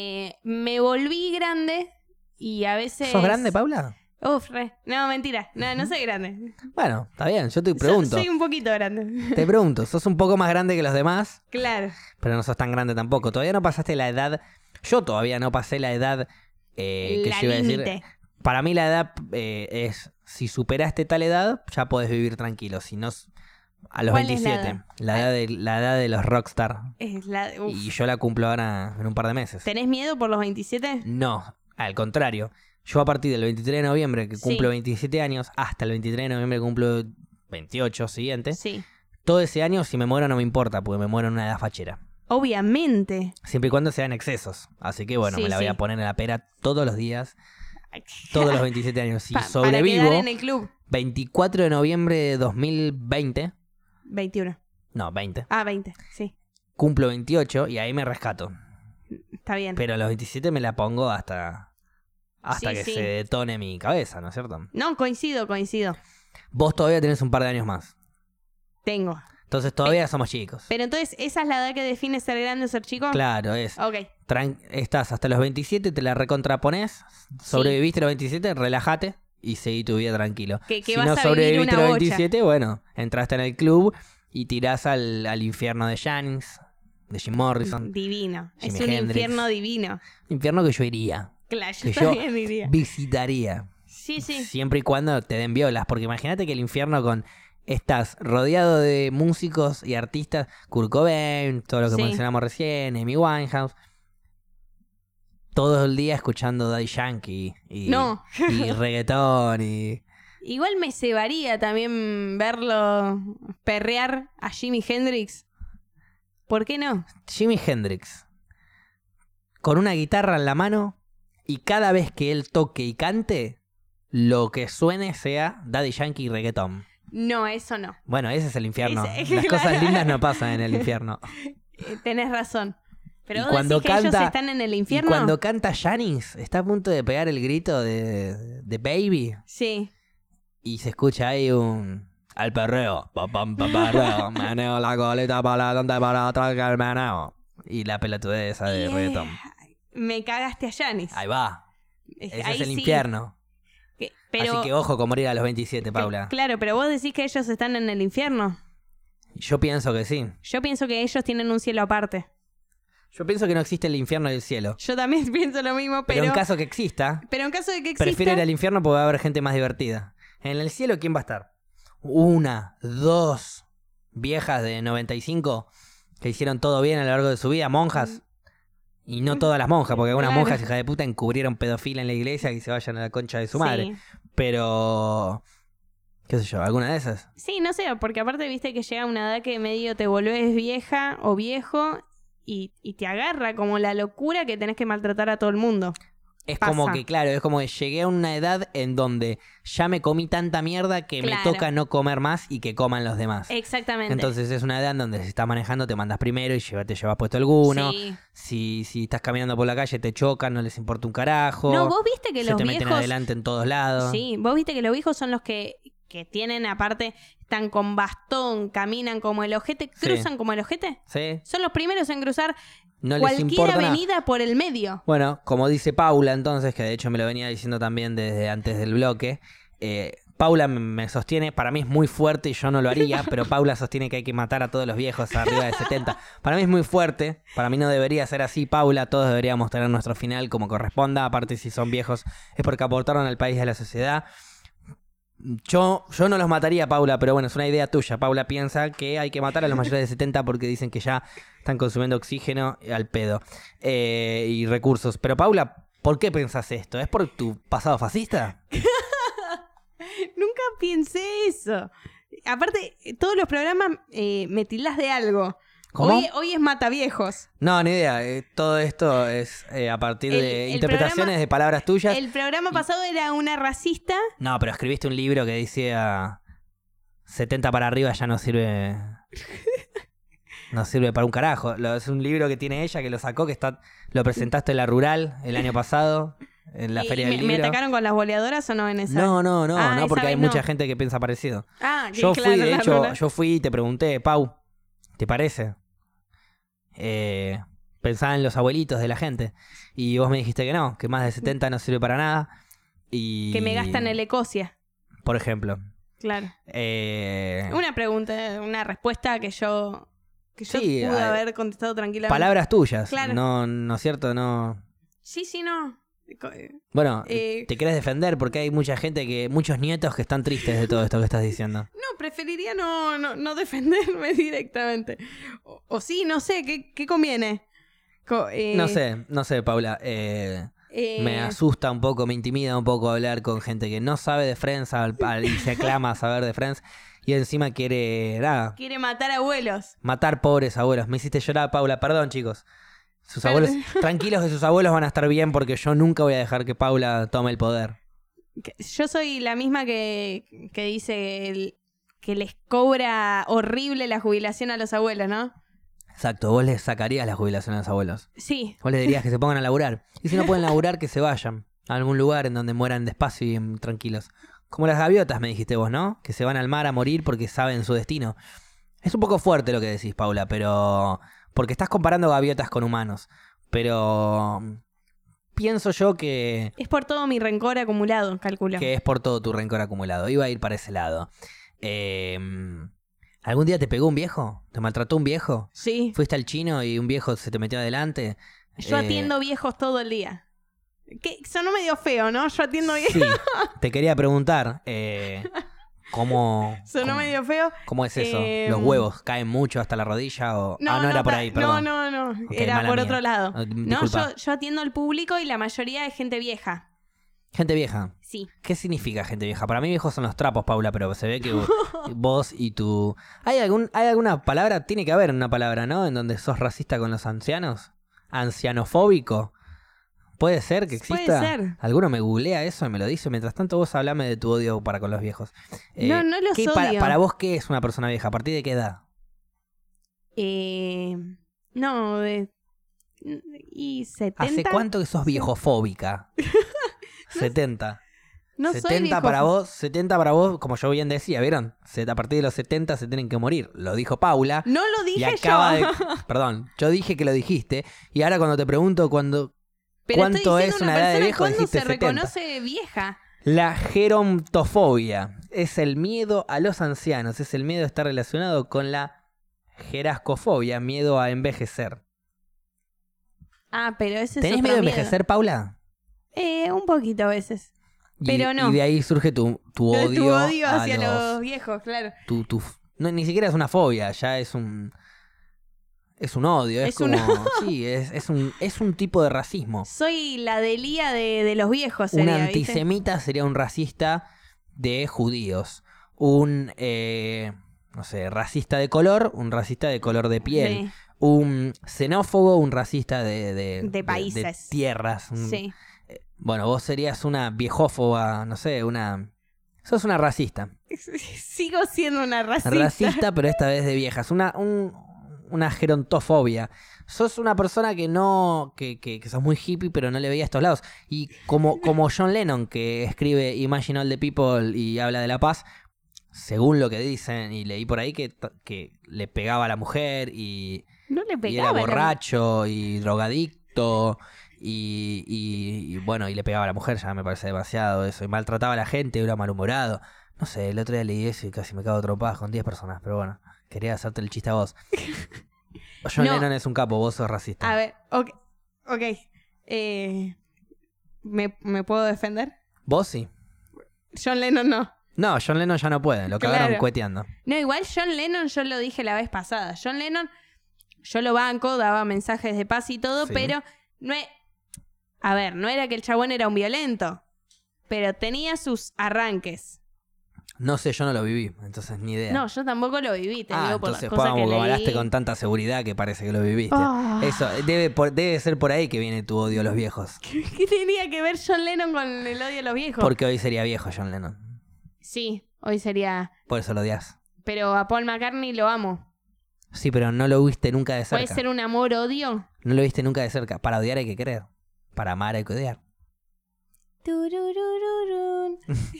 me volví grande y a veces... ¿Sos grande, Paula? Uf, re. No, mentira. No soy grande. Bueno, está bien, yo te pregunto. Soy un poquito grande. Te pregunto, sos un poco más grande que los demás, Claro. pero no sos tan grande tampoco. Todavía no pasaste la edad. Yo todavía no pasé la edad que La yo iba a decir. límite. Para mí la edad es, si superaste tal edad, ya podés vivir tranquilo. Si no, a los ¿Cuál es la 27. edad? La edad de los rockstar. Es uf. Y yo la cumplo ahora en un par de meses. ¿Tenés miedo por los 27? No, al contrario. Yo a partir del 23 de noviembre, que cumplo Sí. 27 años, hasta el 23 de noviembre que cumplo 28 siguiente, Sí. todo ese año, si me muero no me importa, porque me muero en una edad fachera. Obviamente. Siempre y cuando sean excesos. Así que bueno, Sí, me la voy sí. a poner en la pera todos los días, todos los 27 años. Si Para sobrevivo, quedar en el club. 24 de noviembre de 2020, 21. no, 20, Ah, 20. Sí. cumplo 28 y ahí me rescato. Está bien. Pero a los 27 me la pongo hasta Sí, que sí. se detone mi cabeza, ¿no es cierto? No, coincido. Vos todavía tenés un par de años más. Tengo. Entonces todavía somos chicos. Pero entonces, ¿esa es la edad que define ser grande o ser chico? Claro, es. Ok. Estás hasta los 27, te la recontraponés, sobreviviste los 27, relájate y seguí tu vida tranquilo. Que Si vas no a vivir sobreviviste una los bocha. 27, bueno, entraste en el club y tirás al infierno de Janice, de Jim Morrison. Divino. Jimi Es un Hendrix. infierno divino. Infierno que yo iría, Claro, que yo yo también diría. visitaría. Sí, sí. Siempre y cuando te den violas, porque imagínate que el infierno estás rodeado de músicos y artistas, Kurt Cobain, todo lo que Sí. mencionamos recién, Amy Winehouse, todo el día escuchando Daddy Yankee y reggaetón y... Igual me cebaría también verlo perrear a Jimi Hendrix. ¿Por qué no? Jimi Hendrix, con una guitarra en la mano y cada vez que él toque y cante, lo que suene sea Daddy Yankee y reggaetón. No, eso no. Bueno, ese es el infierno. Ese- Las cosas lindas no pasan en el infierno. Tenés razón. Pero Y vos cuando decís que ellos canta- están en el Y infierno. cuando canta Janice, está a punto de pegar el grito de Baby Sí. y se escucha ahí un... Al perreo, pa, pam, pa, perreo, meneo la colita para adelante, para atrás, que el meneo. Y la pelotudez esa de reggaetón. Me cagaste a Janis. Ahí va. Ese Ahí es el sí. infierno. Pero, Así que ojo con morir a los 27, Paula. Claro, pero vos decís que ellos están en el infierno. Yo pienso que sí. Yo pienso que ellos tienen un cielo aparte. Yo pienso que no existe el infierno y el cielo. Yo también pienso lo mismo, Pero pero... en caso que exista, Pero en caso de que exista... prefiero ir al infierno porque va a haber gente más divertida. En el cielo, ¿quién va a estar? 1, 2 viejas de 95 que hicieron todo bien a lo largo de su vida, monjas. Y no todas las monjas, porque algunas Claro. monjas, hijas de puta, encubrieron pedofilia en la iglesia y se vayan a la concha de su madre. Sí. Pero... ¿Qué sé yo? ¿Alguna de esas? Sí, no sé, porque aparte viste que llega una edad que medio te volvés vieja o viejo y te agarra como la locura que tenés que maltratar a todo el mundo. Es Pasa. como que, claro, es como que llegué a una edad en donde ya me comí tanta mierda que Claro. me toca no comer más y que coman los demás. Exactamente. Entonces es una edad en donde si estás manejando te mandas primero y te llevas puesto alguno. Sí. Si estás caminando por la calle te chocan, no les importa un carajo. No, vos viste que se los te meten viejos... adelante en todos lados. Sí, vos viste que los viejos son los que tienen, aparte, están con bastón, caminan como el ojete, Sí. cruzan como el ojete. ¿Sí? Son los primeros en cruzar No les cualquier importa nada. avenida por el medio. Bueno, como dice Paula entonces, que de hecho me lo venía diciendo también desde antes del bloque, Paula me sostiene, para mí es muy fuerte y yo no lo haría, pero Paula sostiene que hay que matar a todos los viejos arriba de 70. Para mí es muy fuerte, para mí no debería ser así, Paula, todos deberíamos tener nuestro final como corresponda, aparte si son viejos es porque aportaron al país y a la sociedad. Yo no los mataría, Paula, pero bueno, es una idea tuya. Paula piensa que hay que matar a los mayores de 70 porque dicen que ya están consumiendo oxígeno al pedo y recursos. Pero Paula, ¿por qué pensás esto? ¿Es por tu pasado fascista? Nunca pensé eso. Aparte, todos los programas me tildás de algo. ¿Cómo? Hoy es Mataviejos. No, ni idea. Todo esto es a partir de interpretaciones de palabras tuyas. El programa pasado era una racista. No, pero escribiste un libro que decía 70 para arriba ya no sirve. No sirve para un carajo. Es un libro que tiene ella, que lo sacó, lo presentaste en la Rural el año pasado, en la Feria del Libro. ¿Me atacaron con las boleadoras o no en esa? No, porque hay mucha gente que piensa parecido. Yo fui, de hecho, yo fui y te pregunté, Pau, ¿te parece? Pensaba en los abuelitos de la gente. Y vos me dijiste que no, que más de 70 no sirve para nada. Y... Que me gastan el Ecosia. Por ejemplo. Claro. Una pregunta, una respuesta que yo pude haber contestado tranquilamente. Palabras tuyas. Claro. No es cierto, no. Sí, no. Bueno, te querés defender porque hay mucha gente muchos nietos que están tristes de todo esto que estás diciendo. No, preferiría no defenderme directamente. O sí, no sé, ¿qué conviene? No sé, Paula. Me asusta un poco, me intimida un poco hablar con gente que no sabe de Friends y se aclama a saber de Friends y encima quiere matar abuelos. Matar pobres abuelos. Me hiciste llorar, Paula. Perdón, chicos. Sus abuelos, tranquilos que sus abuelos van a estar bien porque yo nunca voy a dejar que Paula tome el poder. Yo soy la misma que dice que les cobra horrible la jubilación a los abuelos, ¿no? Exacto, vos les sacarías la jubilación a los abuelos. Sí. Vos les dirías que se pongan a laburar. Y si no pueden laburar, que se vayan a algún lugar en donde mueran despacio y tranquilos. Como las gaviotas, me dijiste vos, ¿no? Que se van al mar a morir porque saben su destino. Es un poco fuerte lo que decís, Paula, pero... Porque estás comparando gaviotas con humanos. Pero... Pienso yo que... Es por todo mi rencor acumulado, calculo. Que es por todo tu rencor acumulado. Iba a ir para ese lado. ¿Algún día te pegó un viejo? ¿Te maltrató un viejo? Sí. ¿Fuiste al chino y un viejo se te metió adelante? Yo atiendo viejos todo el día. Sonó medio feo, ¿no? Yo atiendo viejos. Sí, te quería preguntar... Sonó medio feo. ¿Cómo es eso? ¿Los huevos caen mucho hasta la rodilla? O... No era por ahí, perdón. No. Okay, era por otro lado. No, disculpa. yo atiendo al público y la mayoría es gente vieja. ¿Gente vieja? Sí. ¿Qué significa gente vieja? Para mí viejos son los trapos, Paula, pero se ve que vos y tu... ¿Hay alguna palabra? Tiene que haber una palabra, ¿no? En donde sos racista con los ancianos. Ancianofóbico. ¿Puede ser que exista? Puede ser. Alguno me googlea eso y me lo dice. Mientras tanto vos hablame de tu odio para con los viejos. No los odio. Para vos, ¿qué es una persona vieja? ¿A partir de qué edad? No, y 70. ¿Hace cuánto que sos viejofóbica? 70. No 70 para vos, como yo bien decía, ¿vieron? A partir de los 70 se tienen que morir. Lo dijo Paula. No lo dije y acaba yo. Perdón, yo dije que lo dijiste. Y ahora cuando te pregunto ¿cuánto es una edad de viejo? ¿Cuándo dijiste se 70. reconoce vieja? La gerontofobia es el miedo a los ancianos. Es el miedo a estar relacionado con la gerascofobia, miedo a envejecer. Pero ese es otro ¿Tenés miedo a envejecer, Paula? Un poquito a veces. Pero no. Y de ahí surge tu odio. Tu odio hacia los viejos, claro. No, ni siquiera es una fobia, ya es un... Es un odio, es como... Sí, es un tipo de racismo. Soy la delía de los viejos, sería, un antisemita, ¿viste? Sería un racista de judíos. Un, no sé, racista de color, un racista de color de piel. Sí. Un xenófobo, un racista de países. De tierras. Sí. Bueno, vos serías una viejófoba, no sé, sos una racista. Sigo siendo una racista. Racista, pero esta vez de viejas. Una gerontofobia. Sos una persona que sos muy hippie, pero no le veía a estos lados. Y como John Lennon, que escribe Imagine All the People y habla de la paz, según lo que dicen, y leí por ahí que le pegaba a la mujer y, no le pegaba, y era borracho y drogadicto y bueno, y le pegaba a la mujer, ya me parece demasiado eso. Y maltrataba a la gente, era malhumorado. No sé, el otro día leí eso y casi me cago trompadas con 10 personas, pero bueno. Quería hacerte el chiste a vos. John Lennon es un capo, vos sos racista. A ver, ok. ¿Me puedo defender? ¿Vos sí? John Lennon no. No, John Lennon ya no puede, lo cagaron cueteando. No, igual John Lennon, yo lo dije la vez pasada. John Lennon, yo lo banco, daba mensajes de paz y todo, sí. Pero no era que el chabón era un violento, pero tenía sus arranques. No sé, yo no lo viví, entonces ni idea. No, yo tampoco lo viví, te digo por las entonces cosas que como leí. hablaste con tanta seguridad que parece que lo viviste. Ah. Eso, debe ser por ahí que viene tu odio a los viejos. ¿Qué tenía que ver John Lennon con el odio a los viejos? Porque hoy sería viejo John Lennon. Sí, hoy sería... Por eso lo odias. Pero a Paul McCartney lo amo. Sí, pero no lo viste nunca de cerca. ¿Puede ser un amor-odio? No lo viste nunca de cerca. Para odiar hay que querer. Para amar hay que odiar. Tururururun.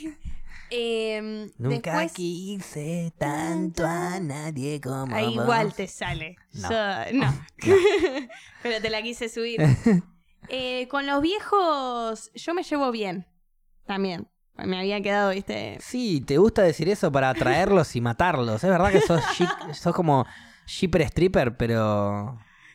Nunca después... quise tanto a nadie como Ahí vos. igual te sale. No. No. Pero te la quise subir. Con los viejos yo me llevo bien. También. Me había quedado, ¿viste? Sí, te gusta decir eso para atraerlos y matarlos. Es verdad que sos como shipper stripper, pero...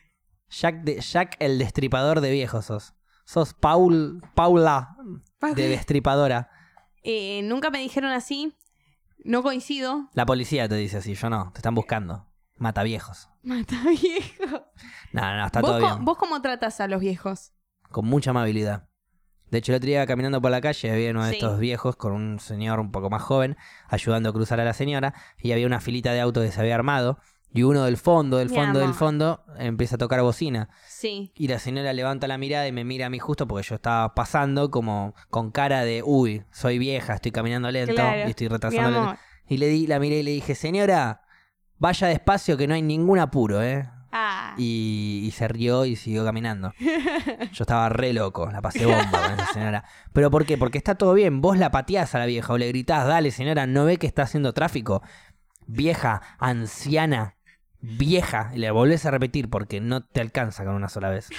Jack el destripador de viejos sos. Sos Paula de destripadora. Nunca me dijeron así. No coincido. La policía te dice así, yo no. Te están buscando. Mata viejos. Mata viejo. No, está todo bien. ¿Vos cómo tratas a los viejos? Con mucha amabilidad. De hecho, el otro día caminando por la calle había uno de Sí. estos viejos con un señor un poco más joven ayudando a cruzar a la señora y había una filita de autos que se había armado y uno del fondo Mi amor. empieza a tocar bocina Sí. y la señora levanta la mirada y me mira a mí justo porque yo estaba pasando como con cara de uy, soy vieja, estoy caminando lento Claro. y estoy Mi retrasando amor. y la miré y le dije, señora, vaya despacio que no hay ningún apuro, Ah. y se rió y siguió caminando. Yo estaba re loco, la pasé bomba con esa señora. ¿Pero por qué? Porque está todo bien. Vos la pateás a la vieja o le gritás, dale señora, ¿no ve que está haciendo tráfico? Vieja, anciana, vieja. Y le volvés a repetir porque no te alcanza con una sola vez.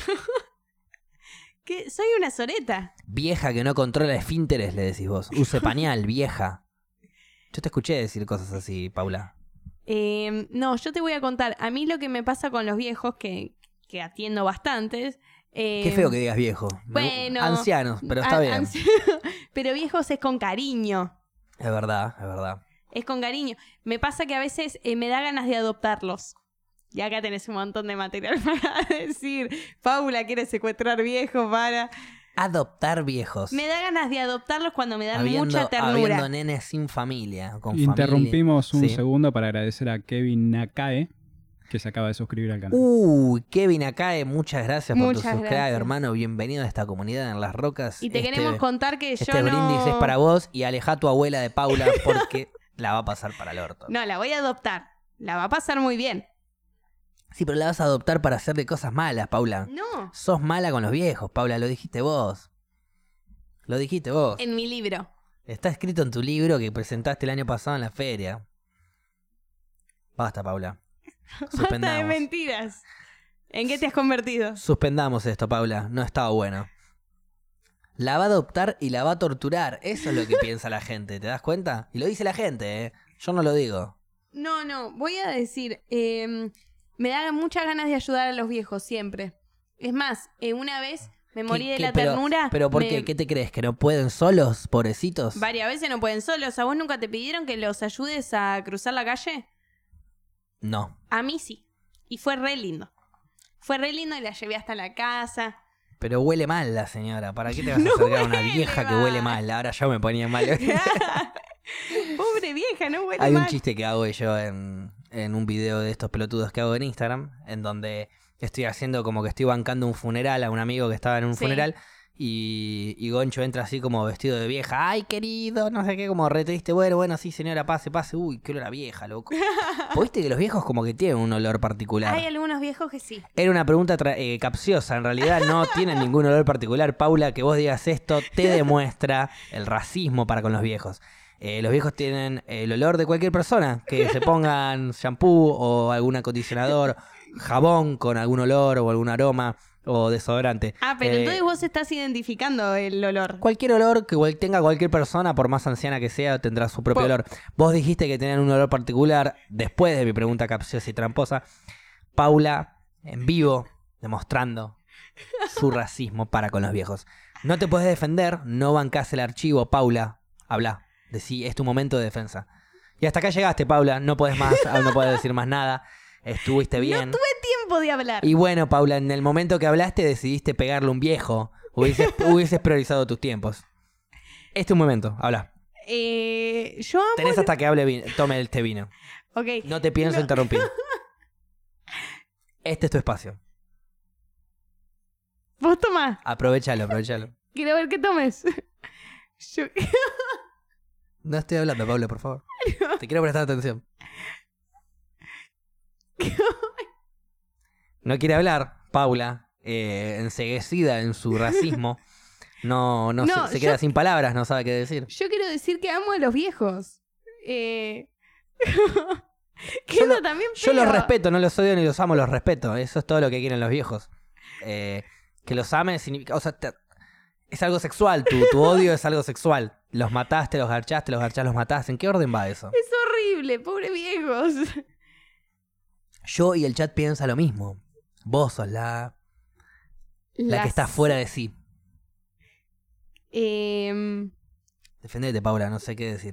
¿Qué? Soy una soreta. Vieja que no controla esfínteres, le decís vos. Use pañal, vieja. Yo te escuché decir cosas así, Paula. No, yo te voy a contar. A mí lo que me pasa con los viejos, que atiendo bastantes. Qué feo que digas viejo. Bueno. Ancianos, pero está bien. Pero viejos es con cariño. Es verdad, es verdad. Es con cariño. Me pasa que a veces me da ganas de adoptarlos. Y acá tenés un montón de material para decir. Paula quiere secuestrar viejos para... Adoptar viejos. Me da ganas de adoptarlos cuando me dan mucha ternura. Habiendo nenes sin familia, con Interrumpimos un familia. segundo para agradecer a Kevin Nakae, que se acaba de suscribir al canal. Uy, Kevin Akae, muchas gracias por tu Muchas subscribe, gracias. hermano. Bienvenido a esta comunidad en Las Rocas. Y te queremos contar que este yo no... brindis es para vos y aleja a tu abuela de Paula porque la va a pasar para el orto. No, la voy a adoptar. La va a pasar muy bien. Sí, pero la vas a adoptar para hacerle cosas malas, Paula. No. Sos mala con los viejos, Paula, lo dijiste vos. Lo dijiste vos. En mi libro. Está escrito en tu libro que presentaste el año pasado en la feria. Basta, Paula. Basta de Suspendamos. mentiras. ¿En qué te has convertido? Suspendamos esto, Paula. No estaba bueno. La va a adoptar y la va a torturar. Eso es lo que piensa la gente, ¿te das cuenta? Y lo dice la gente, ¿eh? Yo no lo digo. No. Voy a decir... me da muchas ganas de ayudar a los viejos, siempre. Es más, una vez me morí de la ternura. ¿Pero por qué? ¿Qué te crees? ¿Que no pueden solos, pobrecitos? Varias veces no pueden solos. ¿A vos nunca te pidieron que los ayudes a cruzar la calle? No. A mí sí. Y fue re lindo. Fue re lindo y la llevé hasta la casa. Pero huele mal la señora. ¿Para qué te vas a acercar a una huele vieja que mal. huele mal? Ahora yo me ponía mal. Pobre vieja, no huele Hay mal. un chiste que hago yo en un video de estos pelotudos que hago en Instagram, en donde estoy haciendo como que estoy bancando un funeral a un amigo que estaba en un Sí. funeral y Goncho entra así como vestido de vieja. Ay, querido, no sé qué, como re triste. Bueno, sí, señora, pase. Uy, qué olor a vieja, loco. ¿Vos viste que los viejos como que tienen un olor particular? Hay algunos viejos que sí. Era una pregunta capciosa, en realidad no tienen ningún olor particular. Paula, que vos digas esto te demuestra el racismo para con los viejos. Los viejos tienen el olor de cualquier persona, que se pongan shampoo o algún acondicionador, jabón con algún olor o algún aroma o desodorante. Pero entonces vos estás identificando el olor. Cualquier olor que tenga cualquier persona, por más anciana que sea, tendrá su propio olor. Vos dijiste que tenían un olor particular después de mi pregunta capciosa y tramposa. Paula, en vivo, demostrando su racismo para con los viejos. No te puedes defender, no bancás el archivo, Paula. Habla, decí, es tu momento de defensa. Y hasta acá llegaste, Paula, no podés más, no podés decir más nada. Estuviste bien. No tuve tiempo de hablar. Y bueno, Paula, en el momento que hablaste decidiste pegarle un viejo. Hubieses priorizado tus tiempos. Es tu momento, habla. Yo amo... Tenés hasta que hable vino. Tome este vino. Ok. No te pienso interrumpir. Este es tu espacio. Vos tomás. Aprovechalo. Quiero ver qué tomes. Yo... No estoy hablando, Pablo, por favor. Te quiero prestar atención. No quiere hablar, Paula, enceguecida en su racismo. No, se queda sin palabras, no sabe qué decir. Yo quiero decir que amo a los viejos. Que Yo, eso también yo los pega. respeto, no los odio ni los amo, los respeto. Eso es todo lo que quieren los viejos. Que los ames significa... O sea, es algo sexual, tu odio es algo sexual. Los mataste, los garchaste, los mataste. ¿En qué orden va eso? Es horrible, pobre viejos. Yo y el chat piensa lo mismo. Vos sos la que está fuera de sí. Defendete, Paula, no sé qué decir.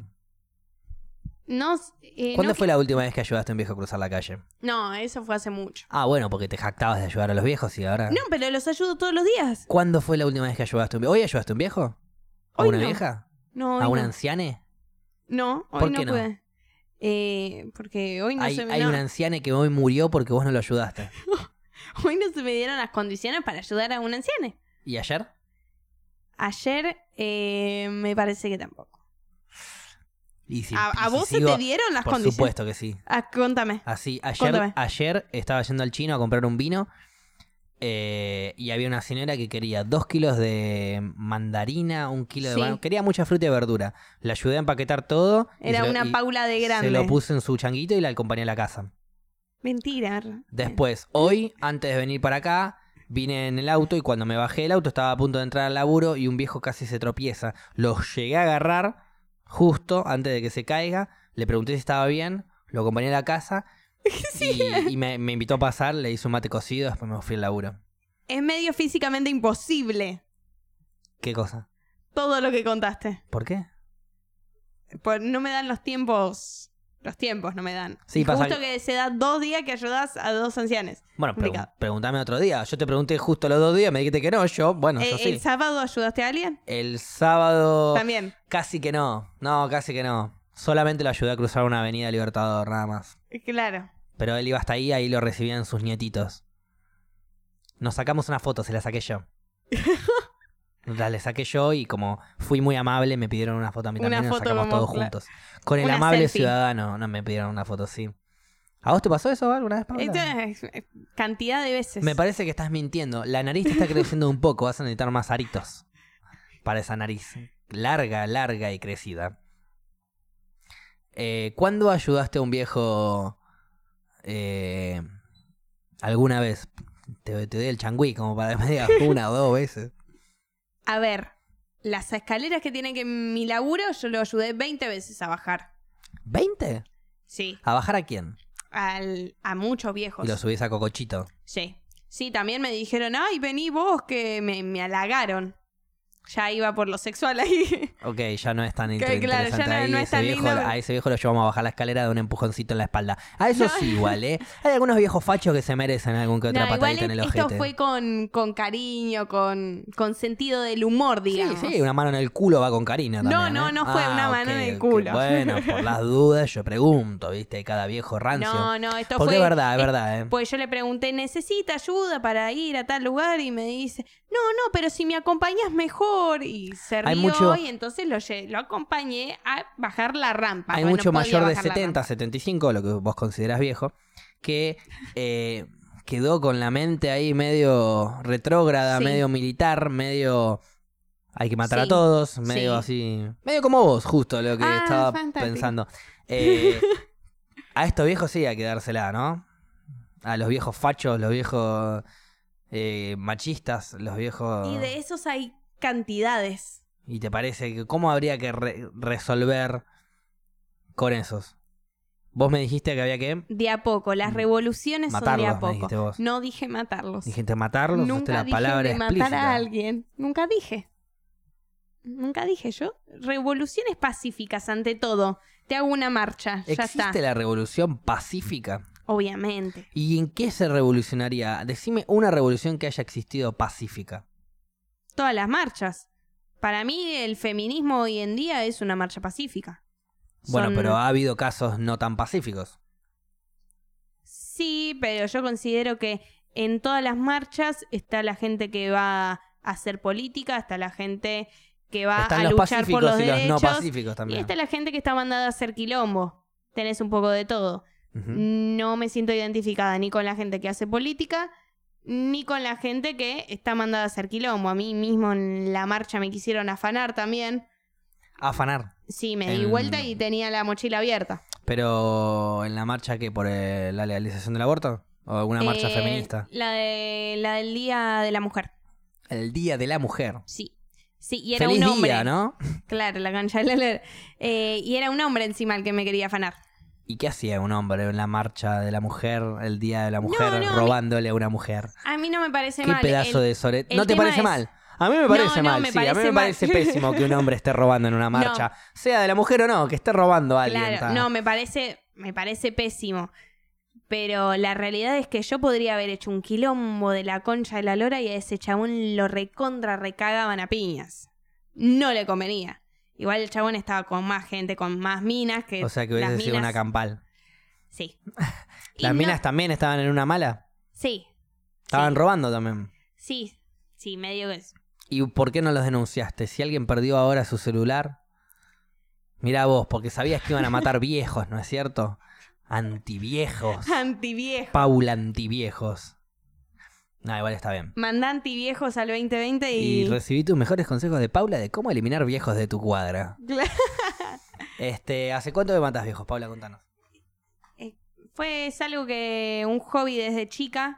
¿Cuándo fue la última vez que ayudaste a un viejo a cruzar la calle? No, eso fue hace mucho. Ah, bueno, porque te jactabas de ayudar a los viejos y ahora... No, pero los ayudo todos los días. ¿Cuándo fue la última vez que ayudaste a un viejo? ¿Hoy ayudaste a un viejo? ¿A Hoy una no. vieja? No, ¿A hoy una no. anciane? No, hoy ¿Por no qué no? pude. Porque hoy no Hay no. una anciane que hoy murió porque vos no lo ayudaste. Hoy no se me dieron las condiciones para ayudar a un anciano. ¿Y ayer? Ayer me parece que tampoco. Y si, ¿A y si vos sigo, se te dieron las por condiciones? supuesto que sí. Contame. Así, Contame. ayer estaba yendo al chino a comprar un vino y había una señora que quería 2 kilos de mandarina, 1 kilo de Sí. banano. Quería mucha fruta y verdura. Le ayudé a empaquetar todo. Era una Paula de grande. Se lo puse en su changuito y la acompañé a la casa. Mentira. Después, hoy, antes de venir para acá, vine en el auto y cuando me bajé del auto estaba a punto de entrar al laburo y un viejo casi se tropieza. Lo llegué a agarrar justo antes de que se caiga. Le pregunté si estaba bien, lo acompañé a la casa y me invitó a pasar, le hice un mate cocido, después me fui al laburo. Es medio físicamente imposible ¿Qué cosa? todo lo que contaste. ¿Por qué? Pues no me dan los tiempos. Los tiempos no me dan. Sí, Y pasa justo que se da 2 días que ayudas a 2 ancianos. Bueno, Complicado. pregúntame otro día. Yo te pregunté justo los 2 días, me dijiste que no, yo sí. ¿El sábado ayudaste a alguien? El sábado... También. Casi que no. No, casi que no. Solamente lo ayudé a cruzar una avenida Libertador, nada más. Claro. Pero él iba hasta ahí lo recibían sus nietitos. Nos sacamos una foto, se la saqué yo. Le saqué yo y como fui muy amable me pidieron una foto a mí Una también y nos foto sacamos como, todos claro. juntos. Con el Una amable selfie. ciudadano, no me pidieron una foto, sí. ¿A vos te pasó eso alguna vez, Paula? Esto es cantidad de veces. Me parece que estás mintiendo. La nariz te está creciendo un poco, vas a necesitar más aritos para esa nariz. Larga y crecida. ¿Cuándo ayudaste a un viejo alguna vez? Te doy el changüí como para que me digas 1 o 2 veces. A ver, las escaleras que tiene que mi laburo, yo lo ayudé 20 veces a bajar. ¿20? Sí. ¿A bajar a quién? A muchos viejos. Y lo subís a Cocochito. Sí. Sí, también me dijeron, ay, vení vos, que me halagaron. Ya iba por lo sexual ahí. Ok, ya no es tan Claro, interesante ya no- ahí. no es Ese tan viejo, lindo. a ese viejo lo llevamos a bajar la escalera de un empujoncito en la espalda. A eso sí, igual, ¿eh? Hay algunos viejos fachos que se merecen algún que otra No, igual patadita en el ojete. esto fue con cariño, con sentido del humor, digamos. Sí, una mano en el culo va con cariño No, también. no, ¿eh? no fue una mano ok, en el ok. culo. Bueno, por las dudas yo pregunto, ¿viste? Cada viejo rancio. No, esto Porque fue... es verdad, ¿eh? Pues yo le pregunté, ¿necesita ayuda para ir a tal lugar? Y me dice, no, pero si me acompañas mejor. Y se Hay rió mucho- y entonces lo acompañé a bajar la rampa. Hay porque mucho no podía mayor de bajar la 70, rampa. 75, lo que vos considerás viejo, que quedó con la mente ahí medio retrógrada, Sí. medio militar, medio... Hay que matar a Sí, todos, medio sí. así... Medio como vos, justo lo que estaba fantástico. pensando. A estos viejos sí hay que dársela, ¿no? A los viejos fachos, los viejos machistas, los viejos... Y de esos hay cantidades. ¿Y te parece que cómo habría que resolver con esos? Vos me dijiste que había que De a poco, las revoluciones son de matarlos, a me poco. dijiste vos. No dije matarlos. Dijiste matarlos, usaste Nunca la dije palabra de matar explícita. a alguien. Nunca dije. Nunca dije yo. Revoluciones pacíficas ante todo. Te hago una marcha. Ya ¿Existe está. la revolución pacífica? Obviamente. ¿Y en qué se revolucionaría? Decime una revolución que haya existido pacífica. Todas las marchas para mí el feminismo hoy en día es una marcha pacífica. Bueno, Son- pero ha habido casos no tan pacíficos. Sí, pero yo considero que en todas las marchas está la gente que va a hacer política, está la gente que va Están a los luchar por pacíficos los y los derechos, no pacíficos y también. está la gente que está mandada a hacer quilombo. Tenés un poco de todo. Ujú. No me siento identificada ni con la gente que hace política, ni con la gente que está mandada a hacer quilombo. A mí mismo en la marcha me quisieron afanar también. Afanar. Sí, me di En- vuelta y tenía la mochila abierta. Pero en la marcha que por la legalización del aborto o alguna marcha feminista. La del Día de la Mujer. El Día de la Mujer. Sí. Sí, y era Feliz un hombre. día, ¿no? Claro, la cancha de la... y era un hombre encima el que me quería afanar. ¿Y qué hacía un hombre en la marcha de la mujer, el Día de la Mujer, no, robándole a una mujer? A mí no me parece ¿Qué mal. pedazo de sobre... el ¿No te tema parece es- mal? A mí me parece No, mal, me sí. A mí parece me mal. parece pésimo que un hombre esté robando en una marcha. Sea de la mujer o no, que esté robando a alguien. Claro, ta. no, me parece pésimo. Pero la realidad es que yo podría haber hecho un quilombo de la concha de la lora y a ese chabón lo recontra recagaban a piñas. No le convenía. Igual el chabón estaba con más gente, con más minas que O sea, que hubiese las sido minas... una campal. Sí. Y ¿Las no- minas también estaban en una mala? Sí. Estaban Sí. robando también. Sí, medio que es. ¿Y por qué no los denunciaste? Si alguien perdió ahora su celular, mirá vos, porque sabías que iban a matar viejos, ¿no es cierto? Antiviejos. Antiviejo. Paula antiviejos. No, igual está bien. Mandá antiviejos al 2020 Y y... recibí tus mejores consejos de Paula de cómo eliminar viejos de tu cuadra. ¿Hace cuánto que matas viejos, Paula? Contanos. Es algo que... Un hobby desde chica.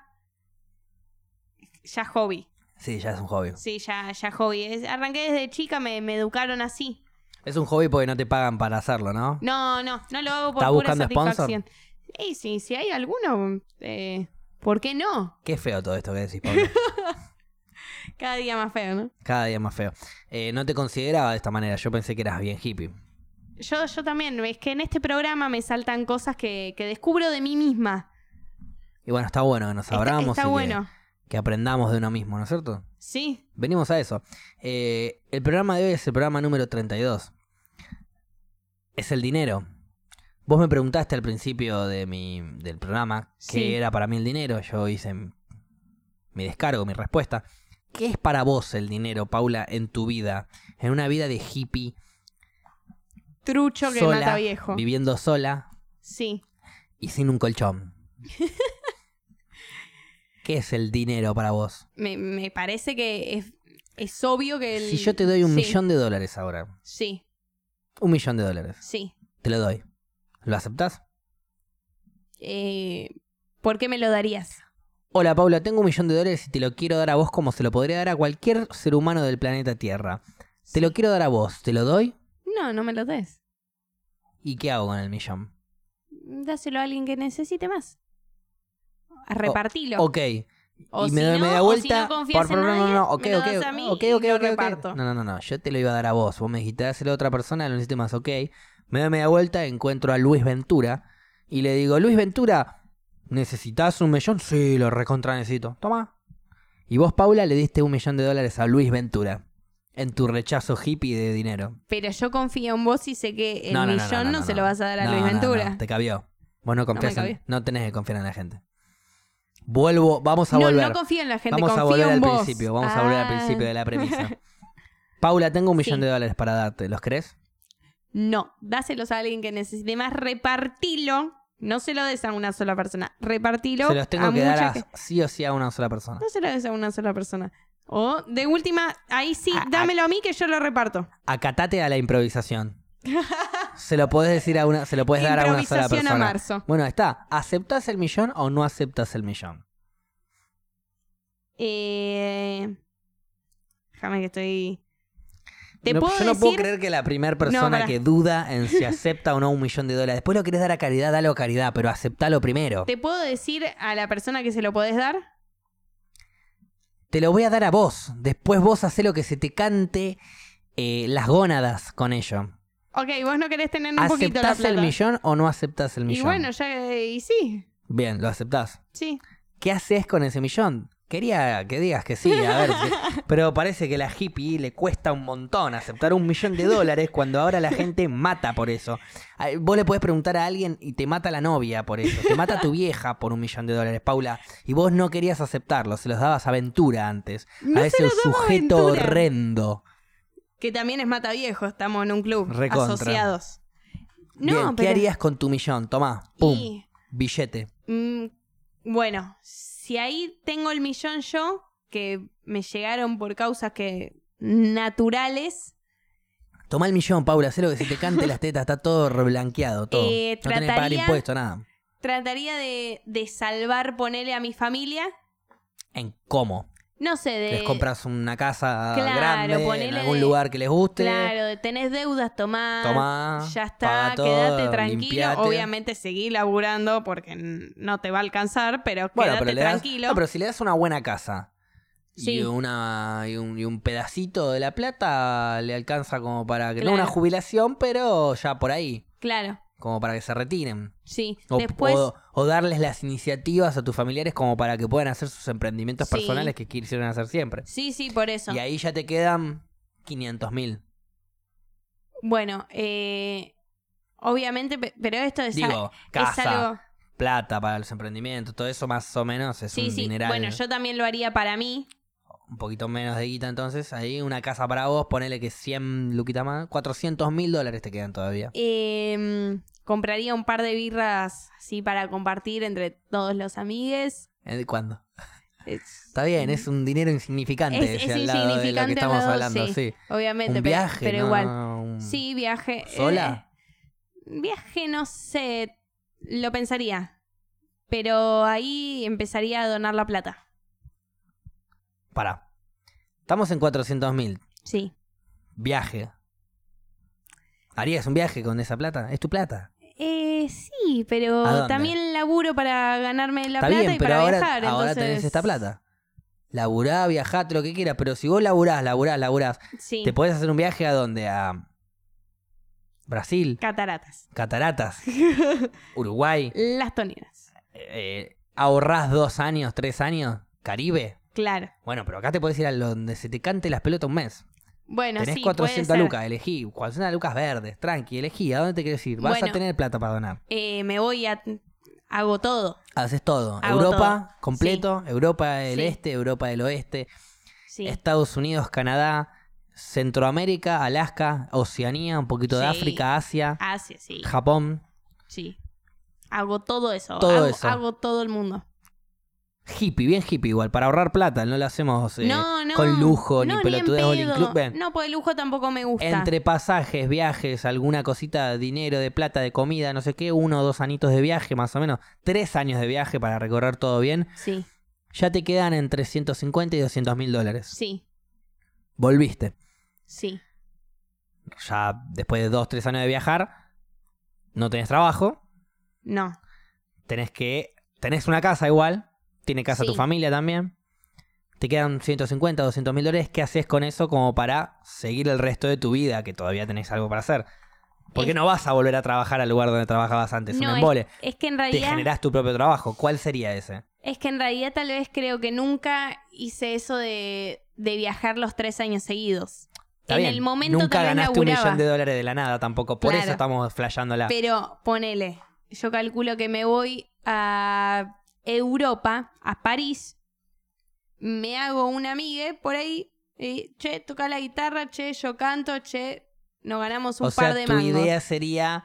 Ya hobby. Sí, ya es un hobby. Sí, ya hobby. Arranqué desde chica, me educaron así. Es un hobby porque no te pagan para hacerlo, ¿no? No lo hago por ¿Estás pura buscando satisfacción. Sí, si hay alguno, ¿por qué no? Qué feo todo esto que decís, Paula. Cada día más feo, ¿no? Cada día más feo. No te consideraba de esta manera. Yo pensé que eras bien hippie. Yo también, es que en este programa me saltan cosas que descubro de mí misma. Y bueno, está bueno que nos abramos Está y bueno. que aprendamos de uno mismo, ¿no es cierto? Sí. Venimos a eso. El programa de hoy es el programa número 32. Es el dinero. Vos me preguntaste al principio del programa Sí. qué era para mí el dinero. Yo hice mi descargo, mi respuesta. ¿Qué es para vos el dinero, Paula, en tu vida? En una vida de hippie, Trucho que sola, mata viejo. viviendo sola Sí. y sin un colchón. ¿Qué es el dinero para vos? Me parece que es obvio que el... Si yo te doy $1 Sí. millón ahora, Sí, $1 millón, sí. te lo doy. ¿Lo aceptás? ¿Por qué me lo darías? Hola Paula, tengo $1 millón y te lo quiero dar a vos como se lo podría dar a cualquier ser humano del planeta Tierra. Te lo quiero dar a vos, ¿te lo doy? No me lo des. ¿Y qué hago con el millón? Dáselo a alguien que necesite más. A repartilo. Ok. O Y si me doy no, media o vuelta. si no confías en nadie, Ok, me lo ok, das a mí ok, y ok, lo ok. reparto. No. Yo te lo iba a dar a vos. Vos me dijiste, dáselo a otra persona, lo necesito más, ok. Me doy media vuelta, encuentro a Luis Ventura y le digo, Luis Ventura, ¿necesitas $1 millón? Sí, lo recontra necesito. Toma. Y vos, Paula, le diste $1 millón a Luis Ventura en tu rechazo hippie de dinero. Pero yo confío en vos y sé que el No, millón no se lo vas a dar a Luis No, Ventura. te cabió. Vos no confías me cabió. no tenés que confiar en la gente. Vamos a volver. No confío en la gente, Vamos a confío volver en al vos. principio, vamos a volver al principio de la premisa. Paula, tengo $1 millón para darte, ¿los crees? No, dáselos a alguien que necesite más, repartilo. No se lo des a una sola persona, repartilo. Se los tengo a que dar mucha sí o sí a una sola persona. No se lo des a una sola persona. O, de última, ahí sí, dámelo a mí que yo lo reparto. Acatate a la improvisación. Se lo podés decir se lo podés dar a una sola Improvisación persona. a marzo. Bueno, está. ¿Aceptás el millón o no aceptás el millón? Déjame que estoy... Yo no puedo creer que la primera persona pará. que duda en si acepta o no $1 millón, después lo querés dar a caridad, dalo a caridad, pero aceptalo primero. ¿Te puedo decir a la persona que se lo podés dar? Te lo voy a dar a vos. Después vos hacés lo que se te cante las gónadas con ello. Ok, vos no querés tener un poquito la ¿Aceptás plata. el millón o no aceptás el millón? Y bueno, ya... Y sí, Bien, lo aceptás. sí. ¿Qué haces con ese millón? Quería que digas que sí, a ver, pero parece que la hippie le cuesta un montón aceptar $1.000.000 cuando ahora la gente mata por eso. Vos le podés preguntar a alguien y te mata la novia por eso, te mata tu vieja por $1.000.000, Paula, y vos no querías aceptarlo, se los dabas a Aventura antes, No a se ese los daba sujeto Aventura. horrendo. Que también es mata viejo, estamos en un club, Recontra. asociados. Bien, No, ¿qué pero... harías con tu millón? Tomá, pum, Y, billete. bueno, si ahí tengo el millón yo, que me llegaron por causas que naturales, Tomá el millón, Paula, hacé lo que se te cante las tetas, está todo reblanqueado, todo. No tenés que pagar trataría- impuestos, nada. trataría de salvar, ponerle a mi familia. ¿En cómo? No sé, Les compras una casa Claro, grande en ponele algún de- lugar que les guste. Claro, de tenés deudas, Tomá, ya paga está, todo, quédate tranquilo. limpiate. Obviamente seguí laburando porque no te va a alcanzar, pero Bueno, quédate pero le das, tranquilo. no, pero si le das una buena casa Sí. y un pedacito de la plata, le alcanza como para que no Claro. una jubilación, pero ya por ahí, Claro, como para que se retiren. sí. O, Después, o darles las iniciativas a tus familiares como para que puedan hacer sus emprendimientos Sí. personales que quisieron hacer siempre. sí, por eso. Y ahí ya te quedan 500.000. Bueno, obviamente, pero esto es, Digo, es casa, algo... plata para los emprendimientos, todo eso más o menos es Sí, un sí. dineral. Bueno, yo también lo haría para mí. Un poquito menos de guita, entonces ahí una casa para vos, ponele que 100 luquitas más, $400.000 te quedan todavía. Compraría un par de birras así para compartir entre todos los amigues. ¿Cuándo? Es- Está bien, es un dinero insignificante Es ese al lado de lo que insignificante estamos al lado, hablando, sí. sí. Obviamente, Un pero- viaje, pero, ¿no? igual. Sí, viaje. ¿Sola? Viaje, no sé. Lo pensaría. Pero ahí empezaría a donar la plata. Pará. Estamos en 400.000. Sí. Viaje. ¿Harías un viaje con esa plata? ¿Es tu plata? Sí, ¿A pero dónde? también laburo para ganarme la Está plata bien, y pero para ahora, viajar. ahora Entonces, tenés esta plata. Laburá, viajate, lo que quieras, pero si vos laburás, Sí. ¿te podés hacer un viaje a dónde? ¿A Brasil? Cataratas. Cataratas, Uruguay, Las toneras. ahorrás 2 años, 3 años, Caribe. Claro. Bueno, pero acá te podés ir a donde se te cante las pelotas un mes. Bueno, Tenés sí, puede 400 ser. lucas, elegí. 400 lucas verdes, tranqui, elegí. ¿A dónde te quieres ir? Vas Bueno. a tener plata para donar. Me voy a... Hago todo. Haces todo. Hago Europa todo. completo, Europa del Sí. Este, Europa del Oeste, Sí. Estados Unidos, Canadá, Centroamérica, Alaska, Oceanía, un poquito de Sí. África, Asia, Asia, sí. Japón. Sí. Hago todo eso. Todo hago, eso. Hago todo el mundo. Hippie, bien hippie igual, para ahorrar plata, no lo hacemos No, con lujo, no, ni pelotudez en all pedo. inclusive. Ven, No, pues el lujo tampoco me gusta. entre pasajes, viajes, alguna cosita, dinero, de plata, de comida, no sé qué, 1 o 2 añitos de viaje, más o menos, 3 años de viaje para recorrer todo bien, Sí, ya te quedan entre 150 y $200.000. sí, Volviste. sí. Ya después de 2, 3 años de viajar, no tenés trabajo, No. tenés una casa igual, tiene casa Sí. tu familia también, te quedan 150, $200.000, ¿qué haces con eso como para seguir el resto de tu vida, que todavía tenés algo para hacer? Porque Es- no vas a volver a trabajar al lugar donde trabajabas antes, No, un embole. es que en Te realidad... generás tu propio trabajo, ¿cuál sería ese? Es que en realidad tal vez creo que nunca hice eso de viajar los 3 años seguidos. Está en bien, el momento nunca tal vez ganaste laburaba. $1.000.000 de la nada tampoco, por Claro. eso estamos flasheándola. Pero ponele, yo calculo que me voy a Europa, a París, me hago una amiga por ahí, che, toca la guitarra, che, yo canto, che, nos ganamos un O sea, par de tu mangos. idea sería...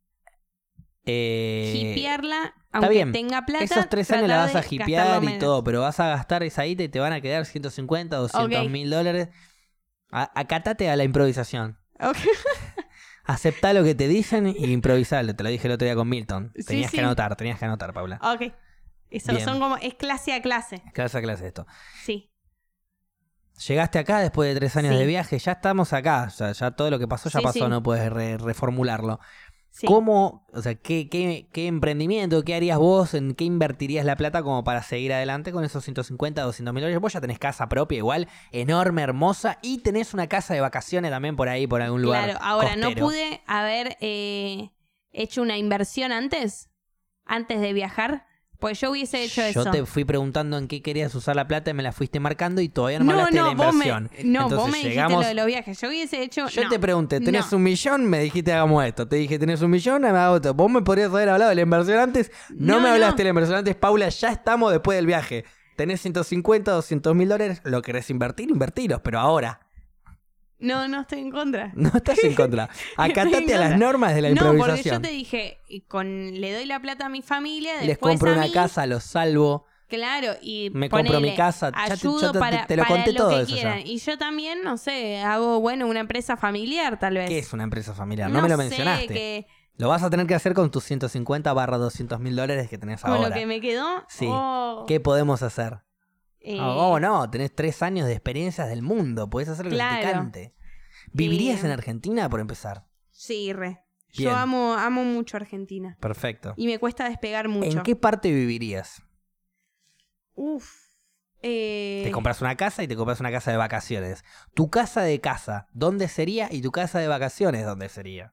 Hipearla, aunque bien. tenga plata. Esos 3 años la tratar vas a de hipear gastarlo y menos. todo, pero vas a gastar esa guita y te van a quedar 150, $200.000. Acatate a la improvisación. Ok. Aceptá lo que te dicen y improvisalo. Te lo dije el otro día con Milton. Sí, Tenías sí. que anotar, Paula. Ok. Eso Bien. son como, es clase a clase. Clase esto. Sí. Llegaste acá después de 3 años Sí. de viaje, ya estamos acá. Ya todo lo que pasó ya Sí, pasó, sí. no puedes reformularlo. Sí. ¿Cómo, o sea, qué emprendimiento, qué harías vos, en qué invertirías la plata como para seguir adelante con esos 150, $200.000? Vos ya tenés casa propia igual, enorme, hermosa, y tenés una casa de vacaciones también por ahí, por algún lugar Claro, ahora no costero. pude haber hecho una inversión antes de viajar. Pues yo hubiese hecho Yo eso. te fui preguntando en qué querías usar la plata y me la fuiste marcando y todavía no me hablaste de la inversión. vos Entonces me dijiste llegamos... lo de los viajes. Yo hubiese hecho... Yo no, te pregunté, ¿tenés no. 1 millón? Me dijiste hagamos esto. Te dije, ¿tenés 1 millón? Hago esto. Vos me podrías haber hablado de la inversión antes. No me hablaste de la inversión antes, Paula. Ya estamos después del viaje. Tenés 150, 200 mil dólares. ¿Lo querés invertir? Invertilos, pero ahora. No estoy en contra. No estás en contra. Acatate Estoy en a las contra. normas de la No, porque improvisación. yo te dije, le doy la plata a mi familia, después Les compro a una mí, casa, los salvo. Claro, y Me compro ponele, mi casa. ayudo Te lo conté lo todo que eso ya. quieran. Y yo también, no sé, hago, una empresa familiar tal vez. ¿Qué es una empresa familiar? No me lo sé, mencionaste. que Lo vas a tener que hacer con tus 150/200 mil dólares que tenés con ahora. lo que me quedó. Sí. oh, ¿Qué podemos hacer? eh, No, tenés 3 años de experiencias del mundo. Podés hacer lo que Claro. te cante. ¿Vivirías en Argentina por empezar? Sí, Bien. Yo amo mucho Argentina. Perfecto. Y me cuesta despegar mucho. ¿En qué parte vivirías? Uf. Te compras una casa y te compras una casa de vacaciones. Tu casa de casa, ¿dónde sería? Y tu casa de vacaciones, ¿dónde sería?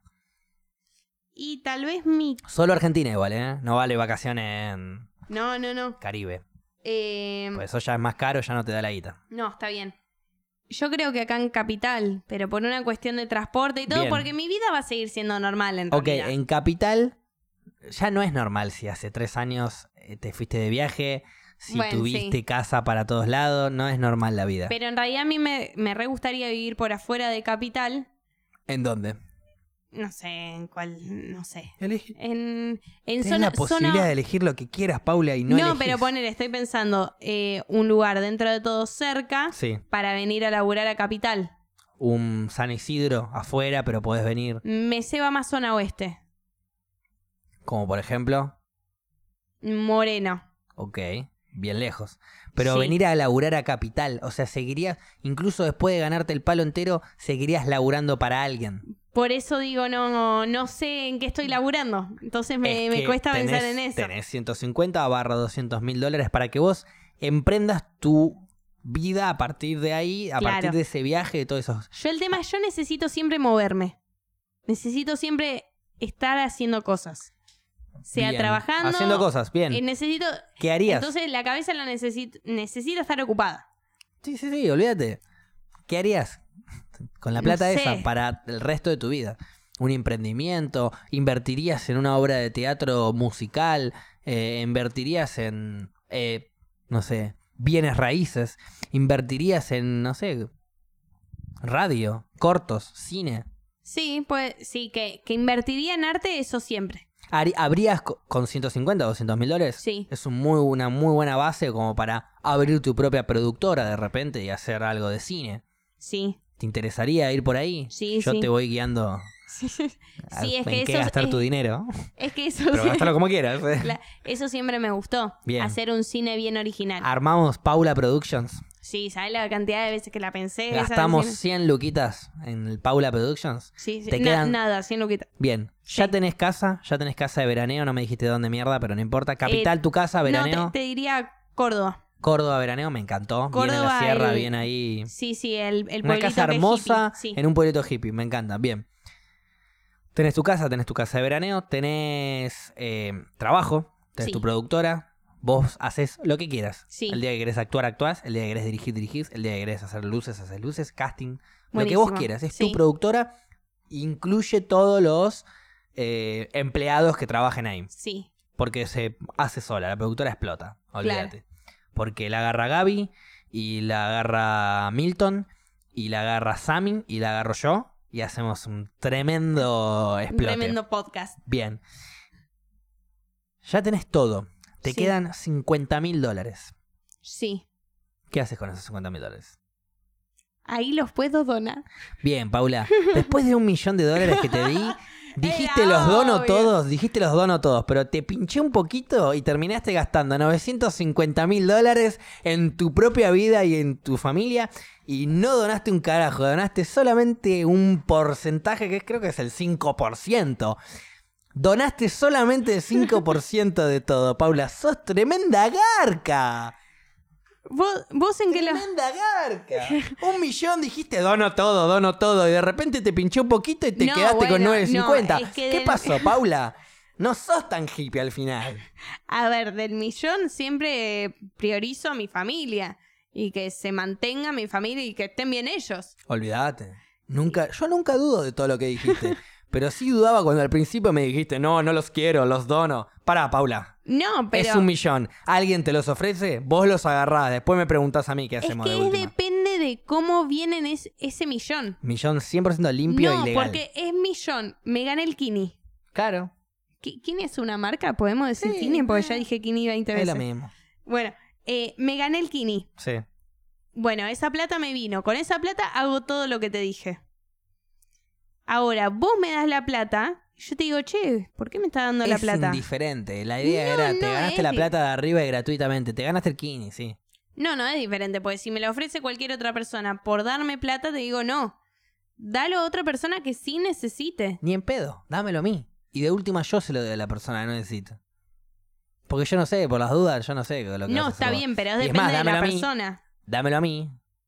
Y tal vez Solo Argentina igual, ¿eh? No vale vacaciones en No. Caribe. Eh, Pues eso ya es más caro, ya no te da la guita. No, está bien. Yo creo que acá en Capital, pero por una cuestión de transporte y todo, Bien. porque mi vida va a seguir siendo normal en Ok, realidad. en Capital ya no es normal si hace 3 años te fuiste de viaje, si Bueno, tuviste sí. casa para todos lados, no es normal la vida. Pero en realidad a mí me re gustaría vivir por afuera de Capital. ¿En dónde? No sé en cuál, no sé. Elige. En Tenés zona... la posibilidad de elegir lo que quieras, Paula, y no No, elegís. pero poner, estoy pensando un lugar dentro de todo cerca Sí, para venir a laburar a Capital. un San Isidro afuera, pero podés venir, Me ceba más zona oeste. como por ejemplo, Moreno. ok, bien lejos. Pero Sí. venir a laburar a Capital, o sea, seguirías, incluso después de ganarte el palo entero, seguirías laburando para alguien. Por eso digo, no sé en qué estoy laburando. Entonces Es me que cuesta pensar en eso. Tenés 150/200 mil dólares para que vos emprendas tu vida a partir de ahí, a Claro. partir de ese viaje, de todo eso. Yo necesito siempre moverme. Necesito siempre estar haciendo cosas. Sea Bien. trabajando. Haciendo cosas, bien. Necesito. ¿Qué harías? Entonces la cabeza la necesito estar ocupada. Sí, olvídate. ¿Qué harías con la No plata sé. esa para el resto de tu vida? ¿Un emprendimiento? ¿Invertirías en una obra de teatro musical? ¿Invertirías en, no sé, bienes raíces? ¿Invertirías en, no sé, radio, cortos, cine? Sí, pues sí, que invertiría en arte, eso siempre. ¿Habrías con 150 o 200 mil dólares? Sí. Es una muy buena base como para abrir tu propia productora de repente y hacer algo de cine. Sí. ¿Te interesaría ir por ahí? Sí, Yo sí. te voy guiando Sí, es en que qué eso gastar es, tu dinero. es que eso, Pero gastalo como quieras. eso siempre me gustó. Bien. Hacer un cine bien original. Armamos Paula Productions. Sí, ¿sabes la cantidad de veces que la pensé? esa Gastamos cine? 100 luquitas en el Paula Productions. Sí, Te quedan... nada, 100 luquitas. Bien. ¿Ya Sí. tenés casa? ¿Ya tenés casa de veraneo? No me dijiste dónde mierda, pero no importa. Capital, tu casa, veraneo. No, te diría Córdoba. Córdoba, veraneo, me encantó. Bien en la Córdoba, sierra, el- bien ahí. Sí, el Una pueblito casa que es hermosa hippie, sí. en un pueblito hippie, me encanta. Bien. Tenés tu casa de veraneo, tenés trabajo, tenés Sí. tu productora, vos haces lo que quieras. Sí. El día que querés actuar, actuás, el día que querés dirigir, dirigís, el día que querés hacer luces, haces luces, casting, lo que vos Buenísimo. quieras. Es Sí. tu productora, incluye todos los empleados que trabajen ahí. Sí, Porque se hace sola, la productora explota, olvídate. Porque la agarra Gaby, y la agarra Milton, y la agarra Sammy, y la agarro yo, y hacemos un tremendo un explote. tremendo podcast. Bien. Ya tenés todo. Te Sí. quedan 50 mil dólares. Sí. ¿Qué haces con esos 50 mil dólares? Ahí los puedo donar. Bien, Paula. Después de $1 millón que te di, dijiste Era los dono obvio. todos, pero te pinché un poquito y terminaste gastando 950 mil dólares en tu propia vida y en tu familia y no donaste un carajo, donaste solamente un porcentaje que creo que es el 5%. Donaste solamente el 5% de todo, Paula. ¡Sos tremenda garca! ¿Vos en qué lo...? ¡Tremenda garca! $1 millón dijiste dono todo, y de repente te pinché un poquito y te No, quedaste con bueno, 950. no, es que ¿Qué del- pasó, Paula? No sos tan hippie al final. A ver, del millón siempre priorizo a mi familia. Y que se mantenga mi familia y que estén bien ellos. Olvídate. Yo nunca dudo de todo lo que dijiste. Pero sí dudaba cuando al principio me dijiste, no los quiero, los dono. Pará, Paula. No, pero... Es 1 millón. ¿Alguien te los ofrece? Vos los agarrás. Después me preguntás a mí qué hacemos de última. Depende de cómo vienen ese millón. Millón 100% limpio y legal. No, porque es millón. Me gané el Kini. Claro. ¿Kini es una marca? ¿Podemos decir Sí, Kini? Porque ya dije Kini 20 veces. Es lo mismo. Bueno, me gané el Kini. Sí. Bueno, esa plata me vino. Con esa plata hago todo lo que te dije. Ahora, vos me das la plata... Yo te digo, che, ¿por qué me está dando la plata? Es indiferente. La idea era, te ganaste la plata de arriba y gratuitamente. Te ganaste el Kini, sí. No es diferente. Porque si me la ofrece cualquier otra persona por darme plata, te digo no. Dalo a otra persona que sí necesite. Ni en pedo. Dámelo a mí. Y de última yo se lo doy a la persona que no necesita. Porque yo no sé, por las dudas, yo no sé lo que No, vas a está hacer bien, vos. pero Y es depende más, de la dámelo a mí. persona. Dámelo a mí.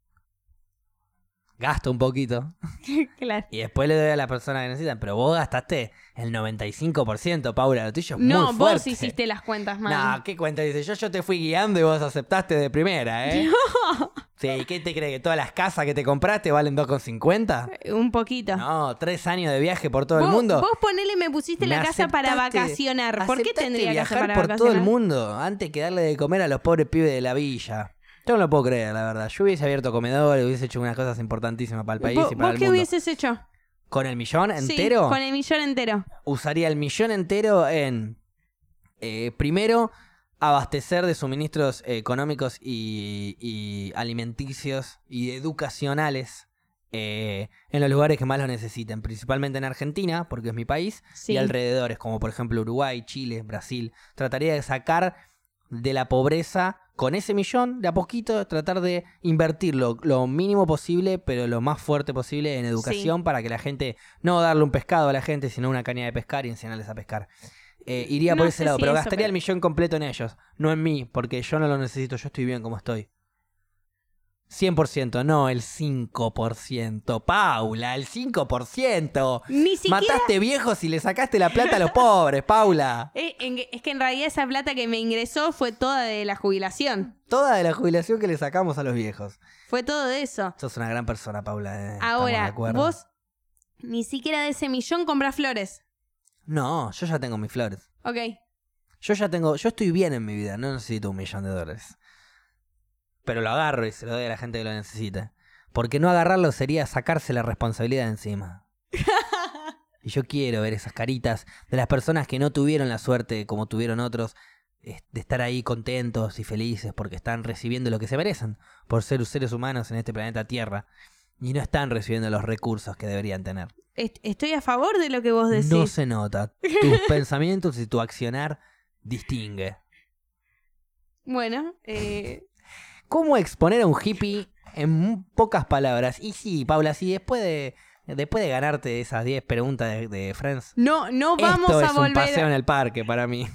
Gasto un poquito. Claro. Y después le doy a la persona que necesita. Pero vos gastaste el 95%, Paula. Lo tuyo es No, muy fuerte. vos hiciste las cuentas mal. No, ¿qué cuenta? Dice, yo te fui guiando y vos aceptaste de primera, ¿eh? No. Sí, ¿qué te crees? ¿Que todas las casas que te compraste valen 2,50? Un poquito. No, 3 años de viaje por todo el Vos- mundo. Vos ponele me pusiste la casa para aceptaste- vacacionar. ¿Por qué aceptaste tendría casa viajar para por vacacionar? todo el mundo antes que darle de comer a los pobres pibes de la villa? Yo no lo puedo creer, la verdad. Yo hubiese abierto comedor, hubiese hecho unas cosas importantísimas para el país y para ¿Vos el qué mundo. hubieses hecho? ¿Con el millón entero? Sí, con el millón entero. Usaría el millón entero en, primero, abastecer de suministros económicos y alimenticios y educacionales en los lugares que más lo necesiten, principalmente en Argentina, porque es mi país, Sí. y alrededores, como por ejemplo Uruguay, Chile, Brasil. Trataría de sacar de la pobreza con ese millón, de a poquito, tratar de invertirlo lo mínimo posible, pero lo más fuerte posible en educación para que la gente, no darle un pescado a la gente, sino una caña de pescar y enseñarles a pescar. Iría No por ese sé lado, si pero eso, gastaría pero- el millón completo en ellos, no en mí, porque yo no lo necesito, yo estoy bien como estoy. 100%, no el 5%. Paula, el 5%. Ni siquiera... Mataste viejos y le sacaste la plata a los pobres, Paula. Es que en realidad esa plata que me ingresó fue toda de la jubilación. Toda de la jubilación que le sacamos a los viejos. Fue todo de eso. Sos una gran persona, Paula. Estamos de Ahora, acuerdo. vos ni siquiera de ese millón compras flores. No, yo ya tengo mis flores. Ok. Yo estoy bien en mi vida, no necesito $1.000.000. Pero lo agarro y se lo doy a la gente que lo necesita. Porque no agarrarlo sería sacarse la responsabilidad de encima. Y yo quiero ver esas caritas de las personas que no tuvieron la suerte como tuvieron otros, de estar ahí contentos y felices porque están recibiendo lo que se merecen por ser seres humanos en este planeta Tierra y no están recibiendo los recursos que deberían tener. Estoy a favor de lo que vos decís. No se nota. Tus pensamientos y tu accionar distingue. Bueno, ¿Cómo exponer a un hippie en pocas palabras? Y sí, Paula, sí, después de ganarte esas 10 preguntas de Friends, no vamos esto a es un volver. paseo en el parque para mí.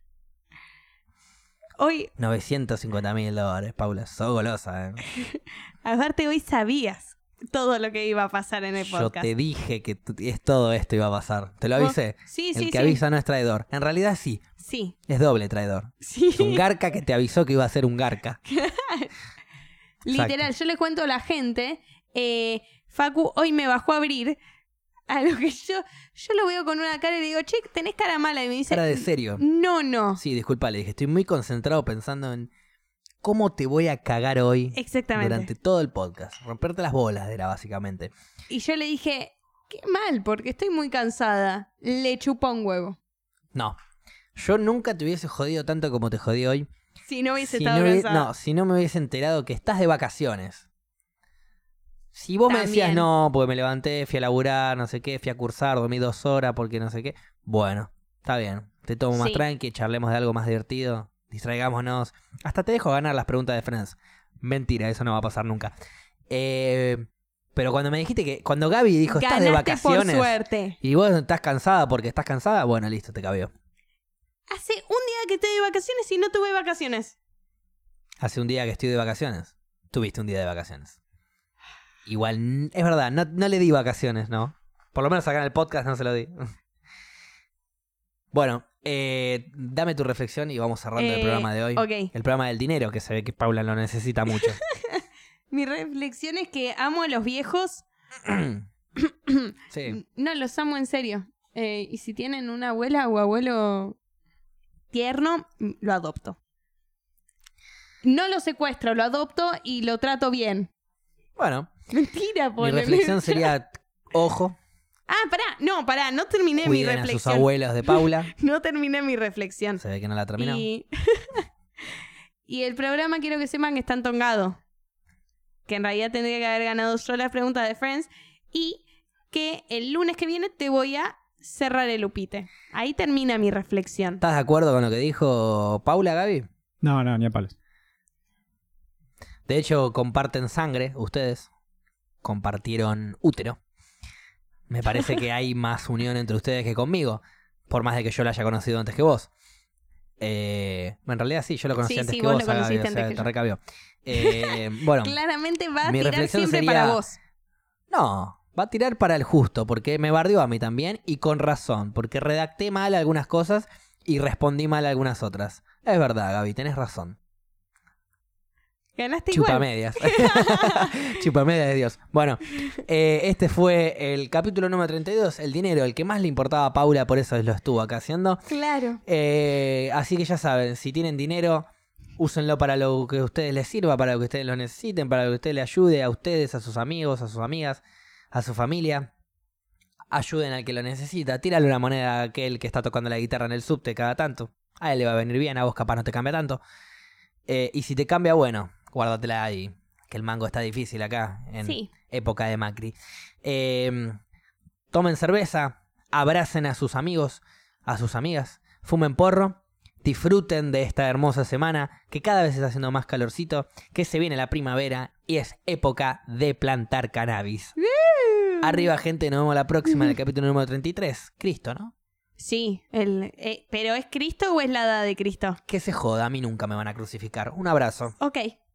Hoy, $950.000, Paula, sos golosa, ¿eh? aparte hoy sabías todo lo que iba a pasar en el Yo podcast. te dije que todo esto iba a pasar. Te lo avisé. Sí, El sí, que sí. avisa no es traidor. En realidad sí, Sí, es doble traidor. sí. Es un garca que te avisó que iba a ser un garca. Literal, yo le cuento a la gente, Facu hoy me bajó a abrir, a lo que yo lo veo con una cara y le digo, che, tenés cara mala, y me dice, Cara de serio. no. Sí, disculpa, le dije, estoy muy concentrado pensando en cómo te voy a cagar hoy Exactamente. durante todo el podcast. Romperte las bolas era básicamente. Y yo le dije, qué mal, porque estoy muy cansada. Le chupó un huevo. No, yo nunca te hubiese jodido tanto como te jodí hoy. Si no hubiese Si estado no, cansada. no, si no me hubiese enterado que estás de vacaciones. Si vos me decías, También. no, porque me levanté, fui a laburar, no sé qué, fui a cursar, dormí 2 horas, porque no sé qué. Bueno, está bien. Te tomo más Sí. tranqui, charlemos de algo más divertido, distraigámonos. Hasta te dejo ganar las preguntas de Friends. Mentira, eso no va a pasar nunca. Pero cuando me dijiste que, cuando Gaby dijo, estás de Ganaste por vacaciones suerte. y vos estás cansada porque estás cansada, bueno, listo, te cabió. Hace un día que estoy de vacaciones y no tuve vacaciones. Hace un día que estoy de vacaciones. Tuviste un día de vacaciones. Igual, es verdad, no le di vacaciones, ¿no? Por lo menos acá en el podcast no se lo di. Bueno, dame tu reflexión y vamos cerrando el programa de hoy. Ok. El programa del dinero, que se ve que Paula lo necesita mucho. Mi reflexión es que amo a los viejos. Sí. No, los amo en serio. Y si tienen una abuela o abuelo tierno, lo adopto. No lo secuestro, lo adopto y lo trato bien. Bueno, Mentira, mi ponele. reflexión sería, ojo, Pará, no terminé mi cuiden a sus reflexión. abuelos de Paula. No terminé mi reflexión. Se ve que no la terminó. Y... y el programa quiero que sepan que está entongado. Que en realidad tendría que haber ganado yo las preguntas de Friends. Y que el lunes que viene te voy a cerrar el upite. Ahí termina mi reflexión. ¿Estás de acuerdo con lo que dijo Paula, Gaby? No, ni a palos. De hecho, comparten sangre, ustedes. Compartieron útero. Me parece que hay más unión entre ustedes que conmigo. Por más de que yo la haya conocido antes que vos. En realidad sí, yo lo conocí antes Sí, que vos vos. lo conociste Gaby, o sea, antes que te yo. recabió. Bueno, Claramente va a mi tirar reflexión siempre sería- para vos. no, va a tirar para el justo, porque me bardeó a mí también y con razón, porque redacté mal algunas cosas y respondí mal algunas otras. Es verdad, Gaby, tenés razón. Ganaste igual. Chupamedias. Chupamedias de Dios. Bueno, este fue el capítulo número 32, el dinero, el que más le importaba a Paula, por eso lo estuvo acá haciendo. Claro. Así que ya saben, si tienen dinero, úsenlo para lo que a ustedes les sirva, para lo que ustedes lo necesiten, para lo que a ustedes les ayude, a ustedes, a sus amigos, a sus amigas, a su familia. Ayuden al que lo necesita. Tírale una moneda a aquel que está tocando la guitarra en el subte cada tanto. A él le va a venir bien, a vos capaz no te cambia tanto. Y si te cambia, bueno, guárdatela ahí. Que el mango está difícil acá, en Sí. época de Macri. Tomen cerveza, abracen a sus amigos, a sus amigas, fumen porro, disfruten de esta hermosa semana, que cada vez está haciendo más calorcito, que se viene la primavera y es época de plantar cannabis. Arriba, gente, nos vemos la próxima en el capítulo número 33. Cristo, ¿no? Sí. ¿Pero es Cristo o es la edad de Cristo? Que se joda, a mí nunca me van a crucificar. Un abrazo. Ok.